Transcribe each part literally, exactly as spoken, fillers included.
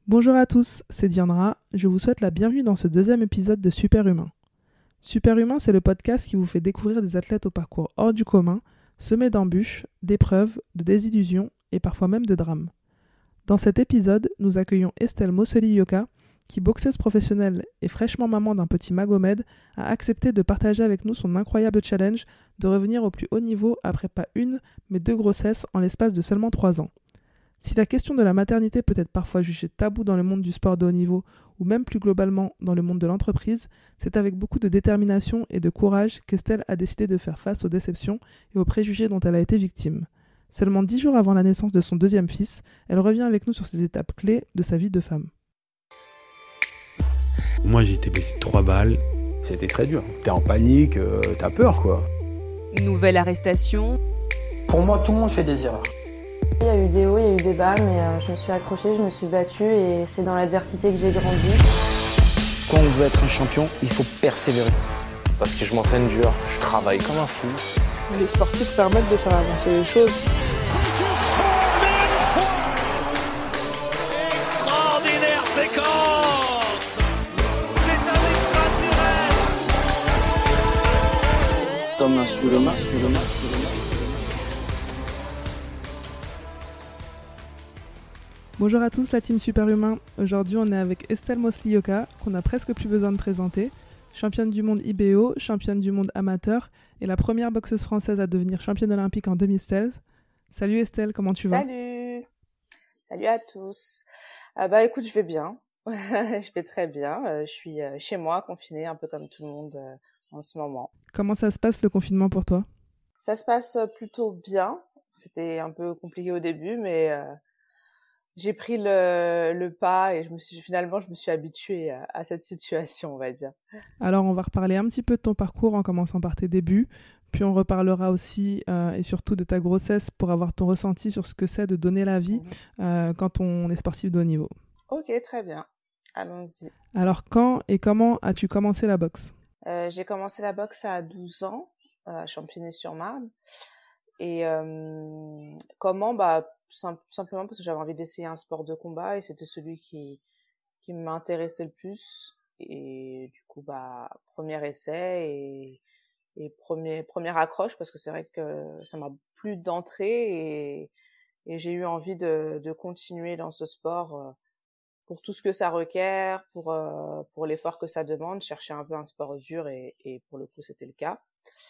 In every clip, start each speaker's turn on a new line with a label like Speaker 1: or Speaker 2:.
Speaker 1: Bonjour à tous, c'est Diandra. Je vous souhaite la bienvenue dans ce deuxième épisode de Super Humain. Super Humain, c'est le podcast qui vous fait découvrir des athlètes au parcours hors du commun, semés d'embûches, d'épreuves, de désillusions et parfois même de drames. Dans cet épisode, nous accueillons Estelle Mosseli-Yoka, qui, boxeuse professionnelle et fraîchement maman d'un petit Magomed, a accepté de partager avec nous son incroyable challenge de revenir au plus haut niveau après pas une, mais deux grossesses en l'espace de seulement trois ans. Si la question de la maternité peut être parfois jugée taboue dans le monde du sport de haut niveau, ou même plus globalement dans le monde de l'entreprise, c'est avec beaucoup de détermination et de courage qu'Estelle a décidé de faire face aux déceptions et aux préjugés dont elle a été victime. Seulement dix jours avant la naissance de son deuxième fils, elle revient avec nous sur ces étapes clés de sa vie de femme.
Speaker 2: Moi, j'ai été blessé de trois balles.
Speaker 3: C'était très dur. T'es en panique, euh, t'as peur, quoi.
Speaker 4: Nouvelle arrestation.
Speaker 5: Pour moi, tout le monde fait des erreurs.
Speaker 6: Il y a eu des hauts, il y a eu des bas, mais euh, je me suis accrochée, je me suis battue et c'est dans l'adversité que j'ai grandi.
Speaker 5: Quand on veut être un champion, il faut persévérer.
Speaker 7: Parce que je m'entraîne dur, je travaille comme un fou.
Speaker 8: Les sportifs permettent de faire avancer les choses.
Speaker 9: Extraordinaire séquence! C'est un extraterrestre!
Speaker 5: Thomas sur le match, sur le match, sur le match.
Speaker 1: Bonjour à tous la team Super Humain. Aujourd'hui on est avec Estelle Mosseli-Yoka, qu'on n'a presque plus besoin de présenter. Championne du monde I B O, championne du monde amateur et la première boxeuse française à devenir championne olympique en deux mille seize. Salut Estelle, comment tu vas ?
Speaker 10: Salut, salut à tous. Ah bah écoute, je vais bien, je vais très bien. Euh, je suis euh, chez moi, confinée, un peu comme tout le monde euh, en ce moment.
Speaker 1: Comment ça se passe le confinement pour toi ?
Speaker 10: Ça se passe plutôt bien. C'était un peu compliqué au début, mais euh, j'ai pris le, le pas et je me suis finalement je me suis habituée à, à cette situation, on va dire.
Speaker 1: Alors on va reparler un petit peu de ton parcours en commençant par tes débuts, puis on reparlera aussi euh, et surtout de ta grossesse pour avoir ton ressenti sur ce que c'est de donner la vie mmh. euh, quand on est sportif de haut niveau.
Speaker 10: Ok, très bien. Allons-y.
Speaker 1: Alors quand et comment as-tu commencé la boxe ?
Speaker 10: euh, J'ai commencé la boxe à douze ans, à Champigny-sur-Marne. Et euh, comment bah sim- simplement parce que j'avais envie d'essayer un sport de combat et c'était celui qui qui m'intéressait le plus et du coup bah premier essai et et premier première accroche parce que c'est vrai que ça m'a plu d'entrée et et j'ai eu envie de de continuer dans ce sport euh, pour tout ce que ça requiert, pour euh, pour l'effort que ça demande, chercher un peu un sport dur et et pour le coup c'était le cas.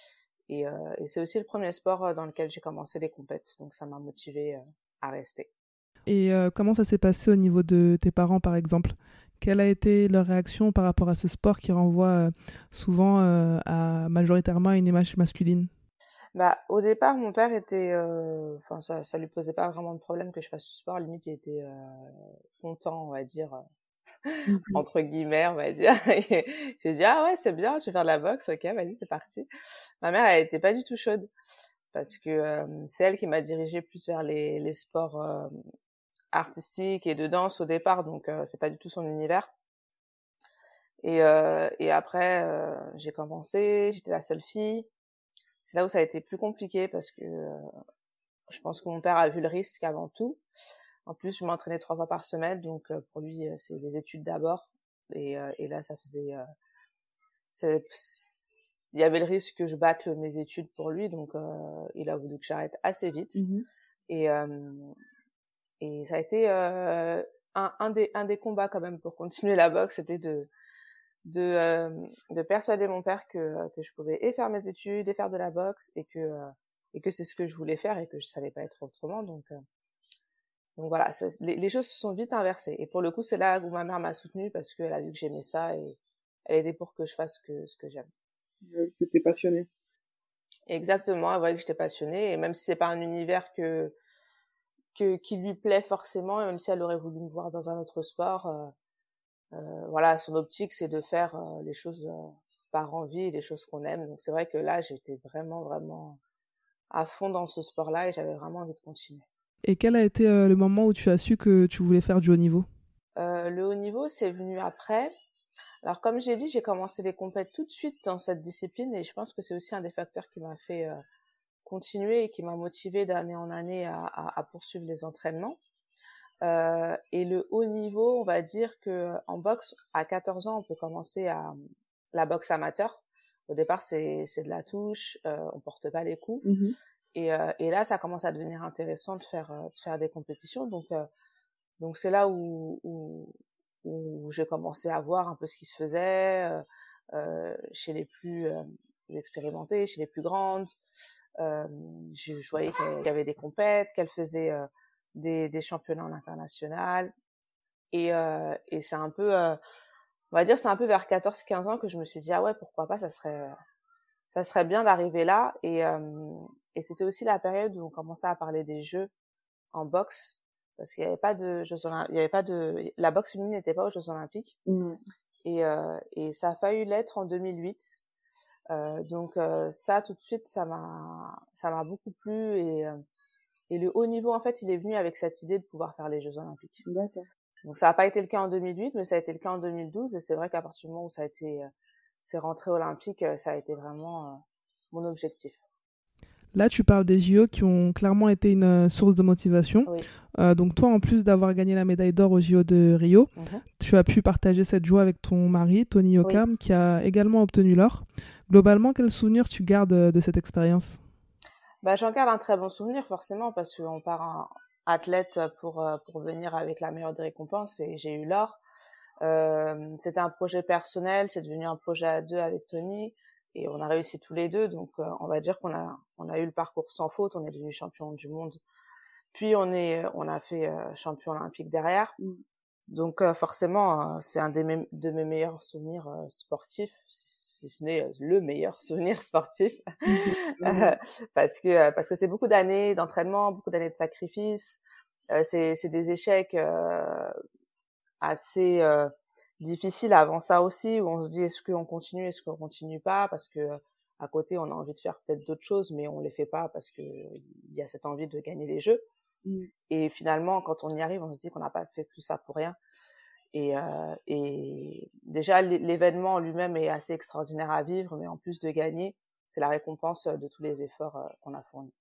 Speaker 10: Et, euh, et c'est aussi le premier sport dans lequel j'ai commencé les compètes, donc ça m'a motivée euh, à rester.
Speaker 1: Et euh, comment ça s'est passé au niveau de tes parents, par exemple ? Quelle a été leur réaction par rapport à ce sport qui renvoie euh, souvent euh, à majoritairement à une image masculine ?
Speaker 10: Bah, au départ, mon père était, enfin, euh, ça, ça lui posait pas vraiment de problème que je fasse ce sport. Limite, il était euh, content, on va dire. Mm-hmm. Entre guillemets, on va dire. Il s'est dit, ah ouais, c'est bien, je vais faire de la boxe, ok, vas-y, c'est parti. Ma mère, elle était pas du tout chaude, parce que euh, c'est elle qui m'a dirigée plus vers les, les sports euh, artistiques et de danse au départ, donc euh, c'est pas du tout son univers. Et, euh, et après, euh, j'ai commencé, j'étais la seule fille. C'est là où ça a été plus compliqué, parce que euh, je pense que mon père a vu le risque avant tout. En plus, je m'entraînais trois fois par semaine, donc euh, pour lui, c'est les études d'abord. Et, euh, et là, ça faisait... Euh, c'est, il y avait le risque que je bâcle mes études pour lui, donc euh, il a voulu que j'arrête assez vite. Mmh. Et, euh, et ça a été euh, un, un, des, un des combats quand même pour continuer la boxe, c'était de, de, euh, de persuader mon père que, que je pouvais et faire mes études, et faire de la boxe, et que, euh, et que c'est ce que je voulais faire et que je savais pas être autrement, donc... Euh, Donc voilà, ça, les, les choses se sont vite inversées. Et pour le coup, c'est là où ma mère m'a soutenue parce qu'elle a vu que j'aimais ça et elle était pour que je fasse que, ce que j'aime.
Speaker 8: Que t'es passionnée.
Speaker 10: Exactement, elle voyait que j'étais passionnée. Et même si c'est pas un univers que, que qui lui plaît forcément, et même si elle aurait voulu me voir dans un autre sport, euh, euh, voilà, son optique, c'est de faire euh, les choses euh, par envie et des choses qu'on aime. Donc c'est vrai que là, j'étais vraiment, vraiment à fond dans ce sport-là et j'avais vraiment envie de continuer.
Speaker 1: Et quel a été euh, le moment où tu as su que tu voulais faire du haut niveau ?
Speaker 10: euh, Le haut niveau, c'est venu après. Alors, comme j'ai dit, j'ai commencé les compètes tout de suite dans cette discipline et je pense que c'est aussi un des facteurs qui m'a fait euh, continuer et qui m'a motivée d'année en année à, à, à poursuivre les entraînements. Euh, et le haut niveau, on va dire que en boxe, à quatorze ans, on peut commencer à la boxe amateur. Au départ, c'est c'est de la touche, euh, on porte pas les coups.
Speaker 8: Mm-hmm.
Speaker 10: Et, euh, et là, ça commence à devenir intéressant de faire de faire des compétitions. Donc euh, donc c'est là où, où où j'ai commencé à voir un peu ce qui se faisait euh, euh, chez les plus euh, expérimentés, chez les plus grandes. Euh, je, je voyais qu'il y avait des compètes, qu'elles faisaient euh, des, des championnats en international. Et, euh, et c'est un peu, euh, on va dire, c'est un peu vers quatorze quinze ans que je me suis dit, ah ouais, pourquoi pas, ça serait, ça serait bien d'arriver là. Et, euh, et c'était aussi la période où on commençait à parler des jeux en boxe, parce qu'il y avait pas de jeux olympiques, il y avait pas de, la boxe féminine n'était pas aux Jeux olympiques.
Speaker 8: Mmh.
Speaker 10: Et, euh, et ça a failli l'être en deux mille huit. Euh, donc euh, ça, tout de suite, ça m'a, ça m'a beaucoup plu. Et, euh, et le haut niveau, en fait, il est venu avec cette idée de pouvoir faire les Jeux olympiques.
Speaker 8: D'accord.
Speaker 10: Donc ça n'a pas été le cas en deux mille huit, mais ça a été le cas en deux mille douze. Et c'est vrai qu'à partir du moment où ça a été, euh, c'est rentré olympique, euh, ça a été vraiment euh, mon objectif.
Speaker 1: Là, tu parles des J O qui ont clairement été une euh, source de motivation.
Speaker 10: Oui.
Speaker 1: Euh, donc toi, en plus d'avoir gagné la médaille d'or aux J O de Rio,
Speaker 10: Mm-hmm.
Speaker 1: tu as pu partager cette joie avec ton mari, Tony Yokarm,
Speaker 10: Oui.
Speaker 1: qui a également obtenu l'or. Globalement, quel souvenir tu gardes de, de cette expérience ?
Speaker 10: Bah, j'en garde un très bon souvenir, forcément, parce qu'on part en athlète pour, pour venir avec la meilleure des récompenses, et j'ai eu l'or. Euh, c'était un projet personnel, c'est devenu un projet à deux avec Tony. Et on a réussi tous les deux, donc euh, on va dire qu'on a on a eu le parcours sans faute. On est devenu champion du monde, puis on est on a fait euh, champion olympique derrière. Mm. Donc euh, forcément, euh, c'est un des me- de mes meilleurs souvenirs euh, sportifs, si, si ce n'est euh, le meilleur souvenir sportif, mm. euh, parce que euh, parce que c'est beaucoup d'années d'entraînement, beaucoup d'années de sacrifices. Euh, c'est c'est des échecs euh, assez euh, difficile avant ça aussi, où on se dit est-ce qu'on continue, est-ce qu'on continue pas, parce que à côté on a envie de faire peut-être d'autres choses, mais on les fait pas parce que il y a cette envie de gagner les jeux. Mm. Et finalement, quand on y arrive, on se dit qu'on n'a pas fait tout ça pour rien. Et, euh, et déjà l'événement en lui-même est assez extraordinaire à vivre, mais en plus de gagner, c'est la récompense de tous les efforts euh, qu'on a fournis.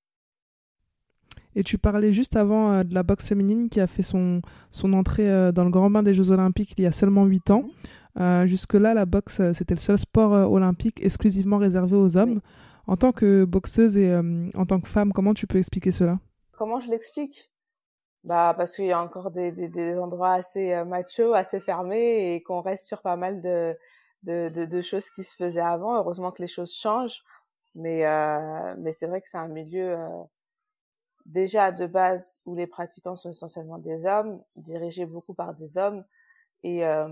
Speaker 1: Et tu parlais juste avant euh, de la boxe féminine qui a fait son, son entrée euh, dans le grand bain des Jeux Olympiques il y a seulement huit ans. Mmh. Euh, jusque-là, la boxe, euh, c'était le seul sport euh, olympique exclusivement réservé aux hommes. Oui. En tant que boxeuse et euh, en tant que femme, comment tu peux expliquer cela ?
Speaker 10: Comment je l'explique ? Bah, parce qu'il y a encore des, des, des endroits assez euh, machos, assez fermés, et qu'on reste sur pas mal de, de, de, de choses qui se faisaient avant. Heureusement que les choses changent, mais, euh, mais c'est vrai que c'est un milieu... Euh, déjà de base où les pratiquants sont essentiellement des hommes, dirigés beaucoup par des hommes, et euh,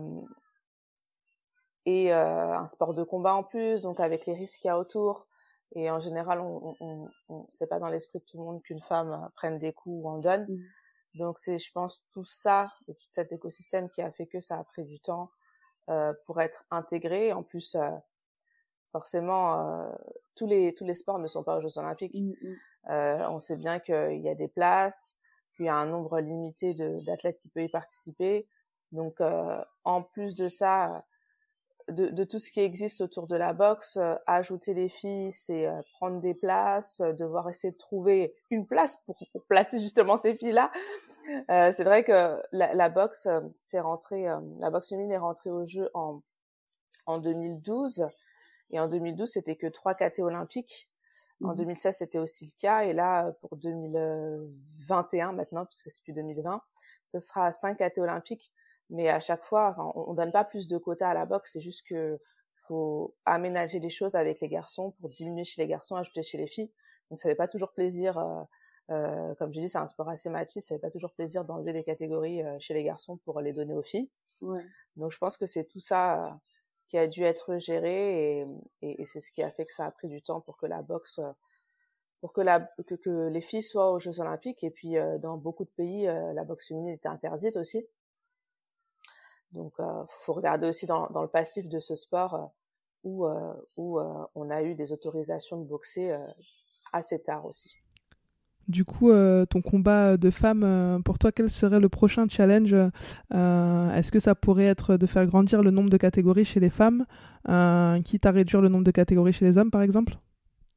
Speaker 10: et euh, un sport de combat en plus, donc avec les risques qu'il y a autour. Et en général, on, on, on c'est pas dans l'esprit de tout le monde qu'une femme prenne des coups ou en donne. Mmh. Donc c'est, je pense, tout ça, et tout cet écosystème qui a fait que ça a pris du temps euh, pour être intégré. En plus, euh, forcément, euh, tous les tous les sports ne sont pas aux Jeux Olympiques. Mmh. Euh, on sait bien qu'il y a des places, qu'il y a un nombre limité de, d'athlètes qui peut y participer. Donc, euh, en plus de ça, de, de tout ce qui existe autour de la boxe, euh, ajouter les filles, c'est euh, prendre des places, euh, devoir essayer de trouver une place pour, pour placer justement ces filles-là. Euh, c'est vrai que la, la boxe, euh, c'est rentré, euh, la boxe féminine est rentrée au jeu en en deux mille douze, et en deux mille douze, c'était que trois catégories olympiques. En deux mille seize, c'était aussi le cas. Et là, pour deux mille vingt et un maintenant, puisque c'est plus deux mille vingt, ce sera cinq catégories olympiques. Mais à chaque fois, enfin, on, on donne pas plus de quotas à la boxe. C'est juste que faut aménager les choses avec les garçons pour diminuer chez les garçons, ajouter chez les filles. Donc, ça fait pas toujours plaisir. Euh, euh, comme je dis, c'est un sport assez machiste. Ça fait pas toujours plaisir d'enlever des catégories euh, chez les garçons pour les donner aux filles. Ouais. Donc, je pense que c'est tout ça euh, qui a dû être géré, et, et, et c'est ce qui a fait que ça a pris du temps pour que la boxe, pour que la que, que les filles soient aux Jeux Olympiques. Et puis euh, dans beaucoup de pays, euh, la boxe féminine était interdite aussi. Donc euh, faut regarder aussi dans dans le passif de ce sport euh, où euh, où euh, on a eu des autorisations de boxer euh, assez tard aussi.
Speaker 1: Du coup, euh, ton combat de femme, euh, pour toi, quel serait le prochain challenge ? euh, Est-ce que ça pourrait être de faire grandir le nombre de catégories chez les femmes, euh, quitte à réduire le nombre de catégories chez les hommes, par exemple ?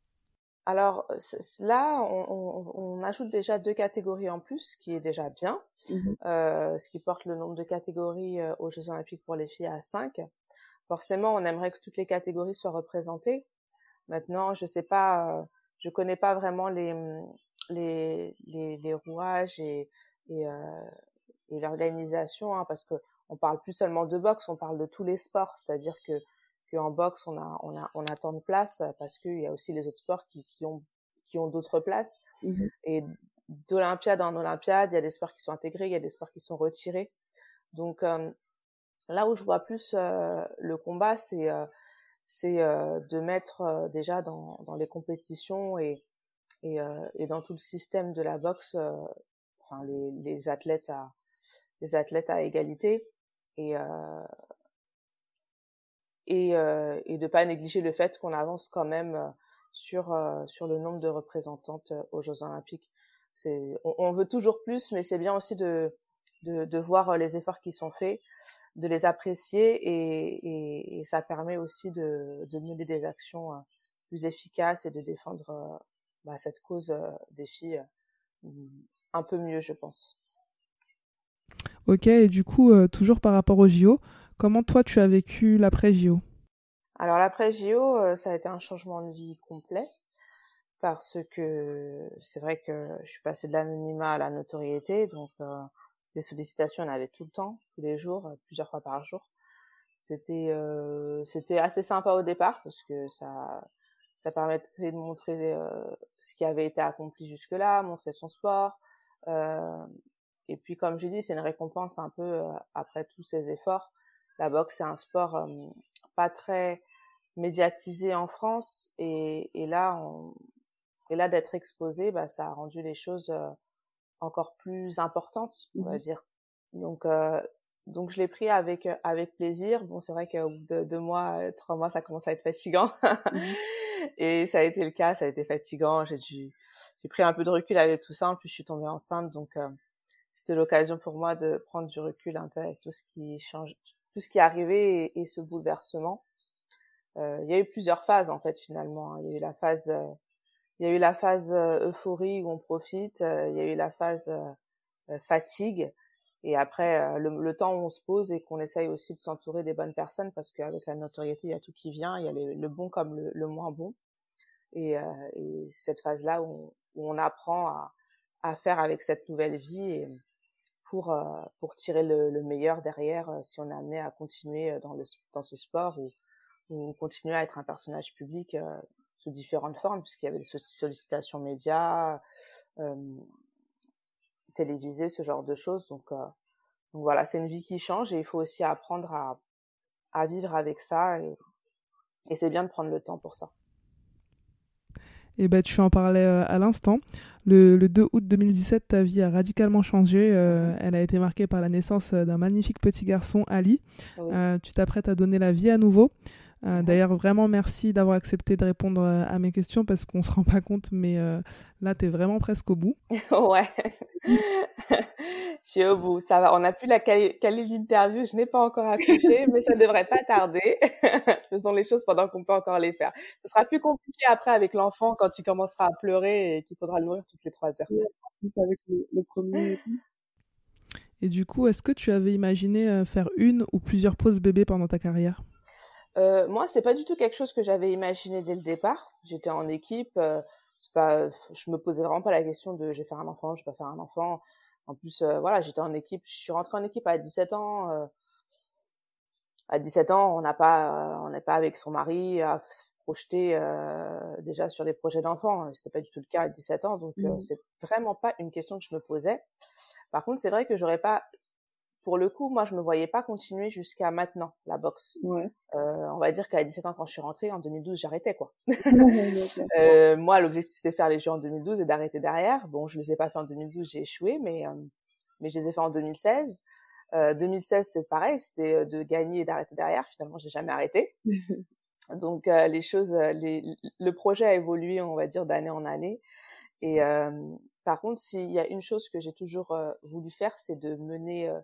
Speaker 10: Alors là, on, on, on ajoute déjà deux catégories en plus, ce qui est déjà bien, mmh. euh, ce qui porte le nombre de catégories euh, aux Jeux Olympiques pour les filles à cinq. Forcément, on aimerait que toutes les catégories soient représentées. Maintenant, je sais pas, euh, je connais pas vraiment les les les, les rouages et et, euh, et l'organisation, hein, parce que on parle plus seulement de boxe, on parle de tous les sports, c'est-à-dire que qu'en boxe on a on a on a tant de places parce qu'il y a aussi les autres sports qui qui ont qui ont d'autres places. Mmh. Et d'Olympiade en Olympiade, il y a des sports qui sont intégrés, il y a des sports qui sont retirés. Donc euh, là où je vois plus euh, le combat, c'est euh, c'est euh, de mettre euh, déjà dans dans les compétitions et et euh, et dans tout le système de la boxe, euh, enfin les les athlètes à les athlètes à égalité et euh, et euh, et de pas négliger le fait qu'on avance quand même euh, sur euh, sur le nombre de représentantes euh, aux Jeux Olympiques. C'est on, on veut toujours plus, mais c'est bien aussi de de de voir les efforts qui sont faits, de les apprécier et et, et ça permet aussi de de mener des actions euh, plus efficaces et de défendre euh, bah, cette cause euh, des filles euh, un peu mieux, je pense.
Speaker 1: Ok, et du coup, euh, toujours par rapport au J O, comment toi tu as vécu l'après-J O ?
Speaker 10: Alors l'après-J O, euh, ça a été un changement de vie complet parce que c'est vrai que je suis passée de l'anonymat à la notoriété, donc euh, les sollicitations, on avait tout le temps, tous les jours, plusieurs fois par jour. C'était euh, c'était assez sympa au départ parce que ça ça permettait de montrer euh, ce qui avait été accompli jusque-là, montrer son sport. Euh, et puis comme j'ai dit, c'est une récompense un peu euh, après tous ces efforts. La boxe, c'est un sport euh, pas très médiatisé en France et, et là, on, et là d'être exposé, bah ça a rendu les choses euh, encore plus importantes, on va mmh. dire. Donc euh, donc je l'ai pris avec avec plaisir. Bon, c'est vrai qu'au bout de deux mois, trois mois, ça commence à être fatigant. Mmh. Et ça a été le cas, ça a été fatigant. J'ai dû, j'ai pris un peu de recul avec tout ça. En plus, je suis tombée enceinte, donc euh, c'était l'occasion pour moi de prendre du recul un peu avec tout ce qui change, tout ce qui est arrivé et, et ce bouleversement. Euh, il y a eu plusieurs phases en fait finalement. Il y a eu la phase, euh, il y a eu la phase euh, euphorie où on profite. Euh, il y a eu la phase euh, fatigue. Et après, euh, le, le temps où on se pose et qu'on essaye aussi de s'entourer des bonnes personnes parce qu'avec la notoriété, il y a tout qui vient. Il y a les, le bon comme le, le moins bon. Et, euh, et cette phase-là où on, où on apprend à, à faire avec cette nouvelle vie et pour euh, pour tirer le, le meilleur derrière euh, si on est amené à continuer dans le dans ce sport ou, ou continuer à être un personnage public euh, sous différentes formes puisqu'il y avait des sollicitations médias, euh, télévisées, ce genre de choses. Donc, euh, donc voilà, c'est une vie qui change et il faut aussi apprendre à à vivre avec ça et, et c'est bien de prendre le temps pour ça.
Speaker 1: Et ben, tu en parlais euh, à l'instant. Le, le deux août deux mille dix-sept, ta vie a radicalement changé. Euh, mmh. Elle a été marquée par la naissance d'un magnifique petit garçon, Ali. Oui. Euh, tu t'apprêtes à donner la vie à nouveau. Euh, mmh. D'ailleurs, vraiment merci d'avoir accepté de répondre à mes questions parce qu'on ne se rend pas compte, mais euh, là, tu es vraiment presque au bout.
Speaker 10: Ouais, je suis au bout. Ça va, on n'a plus la quali- qualité d'interview, je n'ai pas encore accouché, mais ça ne devrait pas tarder. Faisons les choses pendant qu'on peut encore les faire. Ce sera plus compliqué après avec l'enfant quand il commencera à pleurer et qu'il faudra le nourrir toutes les trois heures.
Speaker 8: Oui, c'est avec le, le premier et tout.
Speaker 1: Et du coup, est-ce que tu avais imaginé faire une ou plusieurs pauses bébés pendant ta carrière ?
Speaker 10: Euh, moi, c'est pas du tout quelque chose que j'avais imaginé dès le départ. J'étais en équipe, euh, c'est pas, je me posais vraiment pas la question de je vais faire un enfant, je vais pas faire un enfant. En plus, euh, voilà, j'étais en équipe, je suis rentrée en équipe à dix-sept ans. Euh, à dix-sept ans, on n'a pas, euh, on n'est pas avec son mari à se projeter euh, déjà sur des projets d'enfants. C'était pas du tout le cas à dix-sept ans, donc mmh. euh, c'est vraiment pas une question que je me posais. Par contre, c'est vrai que j'aurais pas Pour le coup, moi, je me voyais pas continuer jusqu'à maintenant, la boxe.
Speaker 8: Ouais.
Speaker 10: Euh, on va dire qu'à dix-sept ans, quand je suis rentrée, en deux mille douze, j'arrêtais, quoi. euh, moi, l'objectif, c'était de faire les Jeux en deux mille douze et d'arrêter derrière. Bon, je les ai pas fait en deux mille douze, j'ai échoué, mais, euh, mais je les ai fait en deux mille seize. Euh, deux mille seize, c'est pareil, c'était de gagner et d'arrêter derrière. Finalement, j'ai jamais arrêté. Donc, euh, les choses, les, le projet a évolué, on va dire, d'année en année. Et euh, par contre, s'il y a une chose que j'ai toujours euh, voulu faire, c'est de mener... Euh,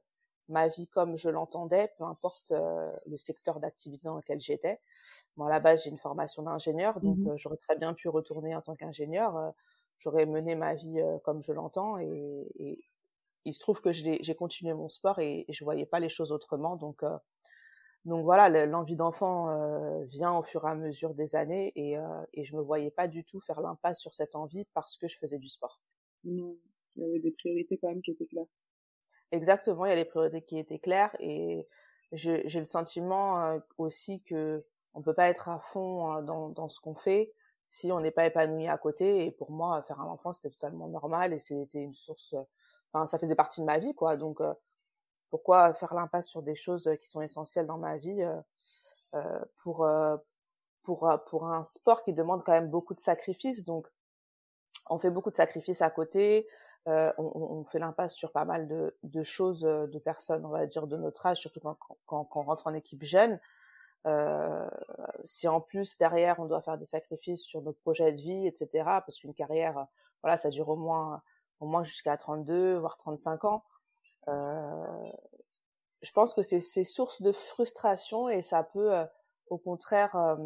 Speaker 10: ma vie comme je l'entendais, peu importe euh, le secteur d'activité dans lequel j'étais. Bon, à la base, j'ai une formation d'ingénieur, donc mmh. euh, j'aurais très bien pu retourner en tant qu'ingénieur. Euh, j'aurais mené ma vie euh, comme je l'entends, et, et il se trouve que j'ai, j'ai continué mon sport et, et je voyais pas les choses autrement. Donc, euh, donc voilà, l'envie d'enfant euh, vient au fur et à mesure des années, et, euh, et je me voyais pas du tout faire l'impasse sur cette envie parce que je faisais du sport.
Speaker 8: Non, il y avait des priorités quand même qui étaient claires.
Speaker 10: Exactement, il y a les priorités qui étaient claires, et je, j'ai le sentiment euh, aussi que on peut pas être à fond euh, dans, dans ce qu'on fait si on n'est pas épanoui à côté. Et pour moi, faire un enfant, c'était totalement normal, et c'était une source, enfin, ça faisait partie de ma vie, quoi. Donc, euh, pourquoi faire l'impasse sur des choses qui sont essentielles dans ma vie euh, euh, pour euh, pour pour un sport qui demande quand même beaucoup de sacrifices. Donc, on fait beaucoup de sacrifices à côté. Euh, on, on fait l'impasse sur pas mal de, de choses, de personnes, on va dire, de notre âge, surtout quand, quand, quand on rentre en équipe jeune. Euh, si en plus, derrière, on doit faire des sacrifices sur nos projets de vie, et cetera, parce qu'une carrière, voilà, ça dure au moins, au moins jusqu'à trente-deux, voire trente-cinq ans. Euh, je pense que c'est, c'est source de frustration, et ça peut, euh, au contraire, euh,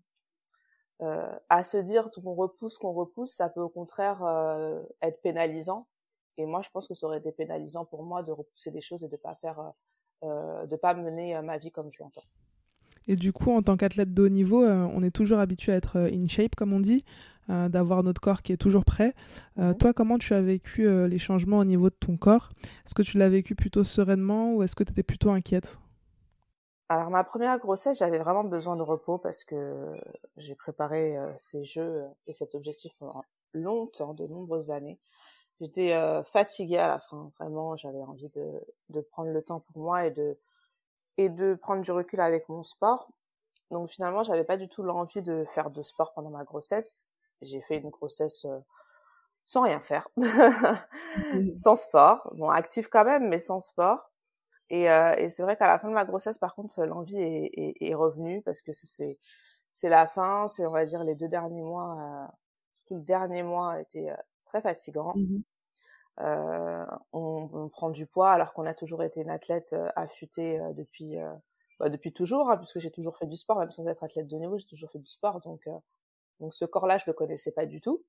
Speaker 10: euh, à se dire qu'on repousse, qu'on repousse, ça peut au contraire euh, être pénalisant. Et moi, je pense que ça aurait été pénalisant pour moi de repousser des choses et de pas faire, euh, de pas mener euh, ma vie comme je l'entends.
Speaker 1: Et du coup, en tant qu'athlète de haut niveau, euh, on est toujours habitué à être in shape, comme on dit, euh, d'avoir notre corps qui est toujours prêt. Euh, mmh. Toi, comment tu as vécu euh, les changements au niveau de ton corps ? Est-ce que tu l'as vécu plutôt sereinement ou est-ce que tu étais plutôt inquiète ?
Speaker 10: Alors, ma première grossesse, j'avais vraiment besoin de repos parce que j'ai préparé euh, ces jeux et cet objectif pendant longtemps, de nombreuses années. J'étais euh, fatiguée à la fin, vraiment, j'avais envie de, de prendre le temps pour moi et de, et de prendre du recul avec mon sport. Donc finalement, j'avais pas du tout l'envie de faire de sport pendant ma grossesse. J'ai fait une grossesse euh, sans rien faire, mmh. sans sport. Bon, active quand même, mais sans sport. Et, euh, et c'est vrai qu'à la fin de ma grossesse, par contre, l'envie est, est, est revenue parce que c'est, c'est, c'est la fin, c'est, on va dire, les deux derniers mois, euh, tout le dernier mois était euh, très fatigant. Mmh. Euh, on, on prend du poids alors qu'on a toujours été une athlète euh, affûtée euh, depuis euh, bah, depuis toujours, hein, puisque j'ai toujours fait du sport, même sans être athlète de niveau, j'ai toujours fait du sport. Donc, euh, donc ce corps-là, je le connaissais pas du tout.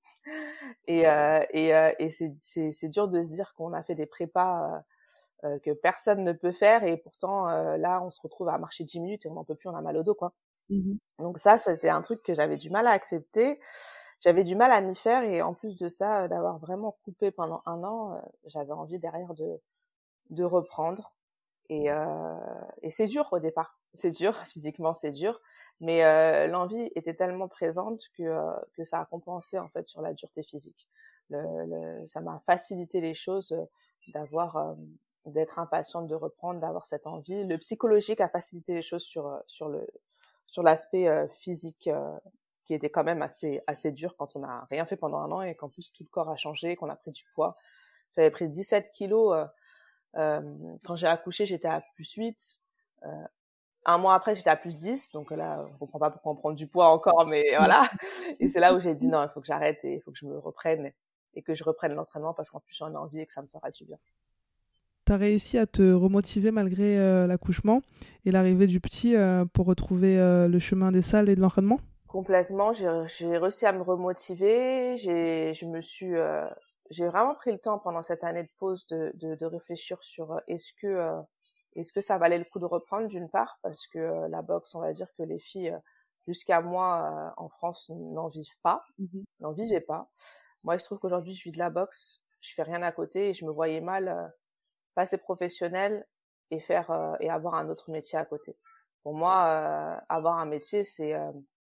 Speaker 10: Et, euh, et, euh, et c'est, c'est, c'est dur de se dire qu'on a fait des prépas euh, euh, que personne ne peut faire, et pourtant euh, là, on se retrouve à marcher dix minutes et on n'en peut plus, on a mal au dos, quoi. Mmh. Donc ça, c'était un truc que j'avais du mal à accepter. J'avais du mal à m'y faire, et en plus de ça, d'avoir vraiment coupé pendant un an, euh, j'avais envie derrière de de reprendre. Et, euh, et c'est dur au départ, c'est dur, physiquement c'est dur, mais euh, l'envie était tellement présente que euh, que ça a compensé en fait sur la dureté physique. Le, le, ça m'a facilité les choses euh, d'avoir, euh, d'être impatiente de reprendre, d'avoir cette envie. Le psychologique a facilité les choses sur sur le sur l'aspect euh, physique. Euh, qui était quand même assez assez dur quand on n'a rien fait pendant un an et qu'en plus tout le corps a changé, qu'on a pris du poids. J'avais pris dix-sept kilos. Euh, euh, quand j'ai accouché, j'étais à plus huit. Euh, un mois après, j'étais à plus dix. Donc là, on comprend pas pourquoi on prend du poids encore, mais voilà. Et c'est là où j'ai dit non, il faut que j'arrête et il faut que je me reprenne et que je reprenne l'entraînement parce qu'en plus, j'en ai envie et que ça me fera du bien.
Speaker 1: T'as réussi à te remotiver malgré euh, l'accouchement et l'arrivée du petit euh, pour retrouver euh, le chemin des salles et de l'entraînement ?
Speaker 10: Complètement, j'ai, j'ai réussi à me remotiver. J'ai, je me suis, euh, j'ai vraiment pris le temps pendant cette année de pause de, de, de réfléchir sur euh, est-ce que, euh, est-ce que ça valait le coup de reprendre, d'une part, parce que euh, la boxe, on va dire que les filles, euh, jusqu'à moi euh, en France, n'en vivent pas, mm-hmm. n'en vivaient pas. Moi, il se trouve qu'aujourd'hui, je vis de la boxe, je fais rien à côté et je me voyais mal euh, passer professionnelle et faire euh, et avoir un autre métier à côté. Pour moi, euh, avoir un métier, c'est euh,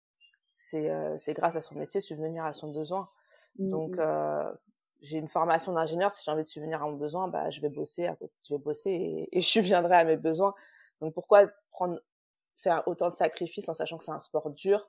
Speaker 10: c'est euh, c'est grâce à son métier subvenir à son besoin. Mmh. Donc euh, j'ai une formation d'ingénieur, si j'ai envie de subvenir à mon besoin, bah je vais bosser à côté, je vais bosser et, et je subviendrai à mes besoins. Donc pourquoi prendre faire autant de sacrifices en sachant que c'est un sport dur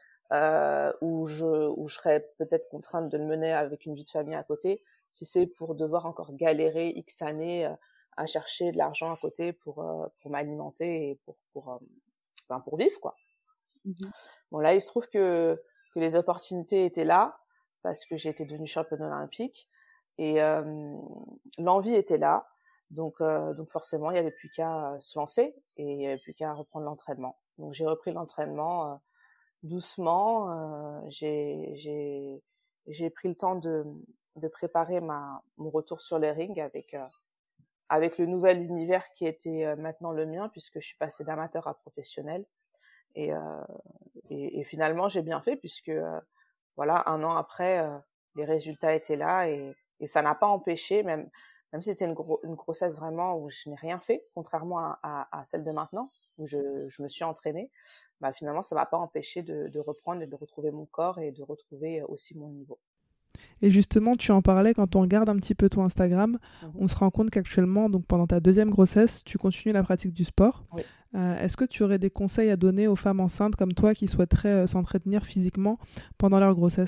Speaker 10: euh, où je où je serais peut-être contrainte de le mener avec une vie de famille à côté, si c'est pour devoir encore galérer X années euh, à chercher de l'argent à côté pour euh, pour m'alimenter et pour pour euh, enfin pour vivre, quoi. Mmh. Bon, là, il se trouve que, que les opportunités étaient là parce que j'ai été devenue championne olympique et euh, l'envie était là. Donc, euh, donc forcément, il n'y avait plus qu'à euh, se lancer et il n'y avait plus qu'à reprendre l'entraînement. Donc, j'ai repris l'entraînement euh, doucement. Euh, j'ai, j'ai, j'ai pris le temps de, de préparer ma, mon retour sur les rings avec, euh, avec le nouvel univers qui était euh, maintenant le mien, puisque je suis passée d'amateur à professionnel. Et, euh, et, et finalement, j'ai bien fait, puisque euh, voilà, un an après, euh, les résultats étaient là et, et ça n'a pas empêché, même, même si c'était une, gro- une grossesse vraiment où je n'ai rien fait, contrairement à, à, à celle de maintenant, où je, je me suis entraînée, bah finalement, ça m'a pas empêché de, de reprendre et de retrouver mon corps et de retrouver aussi mon niveau.
Speaker 1: Et justement, tu en parlais, quand on regarde un petit peu ton Instagram, mmh. on se rend compte qu'actuellement, donc pendant ta deuxième grossesse, tu continues la pratique du sport.
Speaker 10: Oui.
Speaker 1: Euh, est-ce que tu aurais des conseils à donner aux femmes enceintes comme toi qui souhaiteraient euh, s'entretenir physiquement pendant leur grossesse ?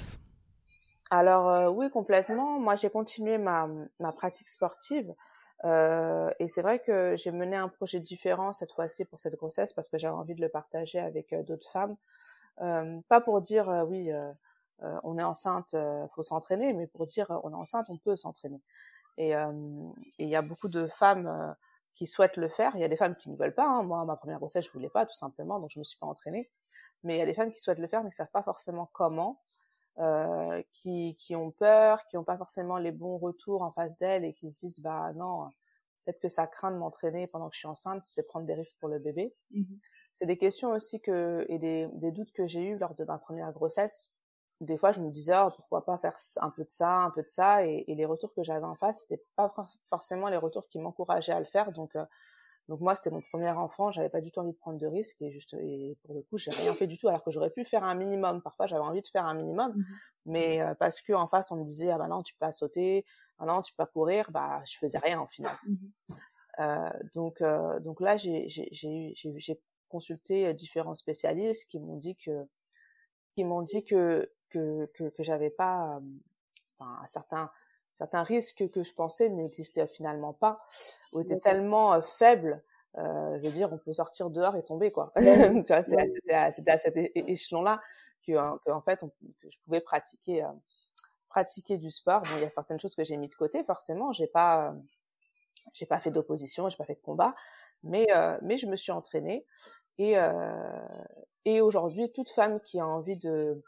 Speaker 10: Alors euh, oui, complètement. Moi, j'ai continué ma, ma pratique sportive euh, et c'est vrai que j'ai mené un projet différent cette fois-ci pour cette grossesse parce que j'avais envie de le partager avec euh, d'autres femmes. Euh, pas pour dire euh, oui, euh, euh, on est enceinte, euh, faut s'entraîner, mais pour dire euh, on est enceinte, on peut s'entraîner. Et il y a beaucoup de femmes euh, qui souhaitent le faire. Il y a des femmes qui ne veulent pas. Hein. Moi, ma première grossesse, je voulais pas, tout simplement, donc je me suis pas entraînée. Mais il y a des femmes qui souhaitent le faire, mais qui savent pas forcément comment. Euh, qui qui ont peur, qui ont pas forcément les bons retours en face d'elles et qui se disent bah non, peut-être que ça craint de m'entraîner pendant que je suis enceinte, c'est prendre des risques pour le bébé. Mm-hmm. C'est des questions aussi que et des des doutes que j'ai eu lors de ma première grossesse. Des fois, je me disais oh, pourquoi pas faire un peu de ça, un peu de ça, et, et les retours que j'avais en face, c'était pas forcément les retours qui m'encourageaient à le faire. Donc euh, Donc moi, c'était mon premier enfant, j'avais pas du tout envie de prendre de risques et juste et pour le coup, j'ai rien fait du tout alors que j'aurais pu faire un minimum. Parfois, j'avais envie de faire un minimum, mmh. mais euh, parce que en face, on me disait ah bah non, tu peux pas sauter, ah non, tu peux pas courir, bah je faisais rien au final. Mmh. Euh, donc euh, donc là, j'ai j'ai j'ai j'ai, j'ai consulté différents spécialistes qui m'ont dit que qui m'ont dit que que que, que j'avais pas euh, enfin certains certains risques que je pensais n'existaient finalement pas, ou étaient tellement euh, faibles, euh, je veux dire, on peut sortir dehors et tomber, quoi. Ouais. Tu vois, c'est, ouais. c'était, à, c'était à cet é- échelon-là que, hein, que en fait, on, que je pouvais pratiquer, euh, pratiquer du sport. Bon, il y a certaines choses que j'ai mis de côté, forcément. J'ai pas, euh, j'ai pas fait d'opposition, j'ai pas fait de combat, mais, euh, mais je me suis entraînée. Et, euh, et aujourd'hui, toute femme qui a envie de,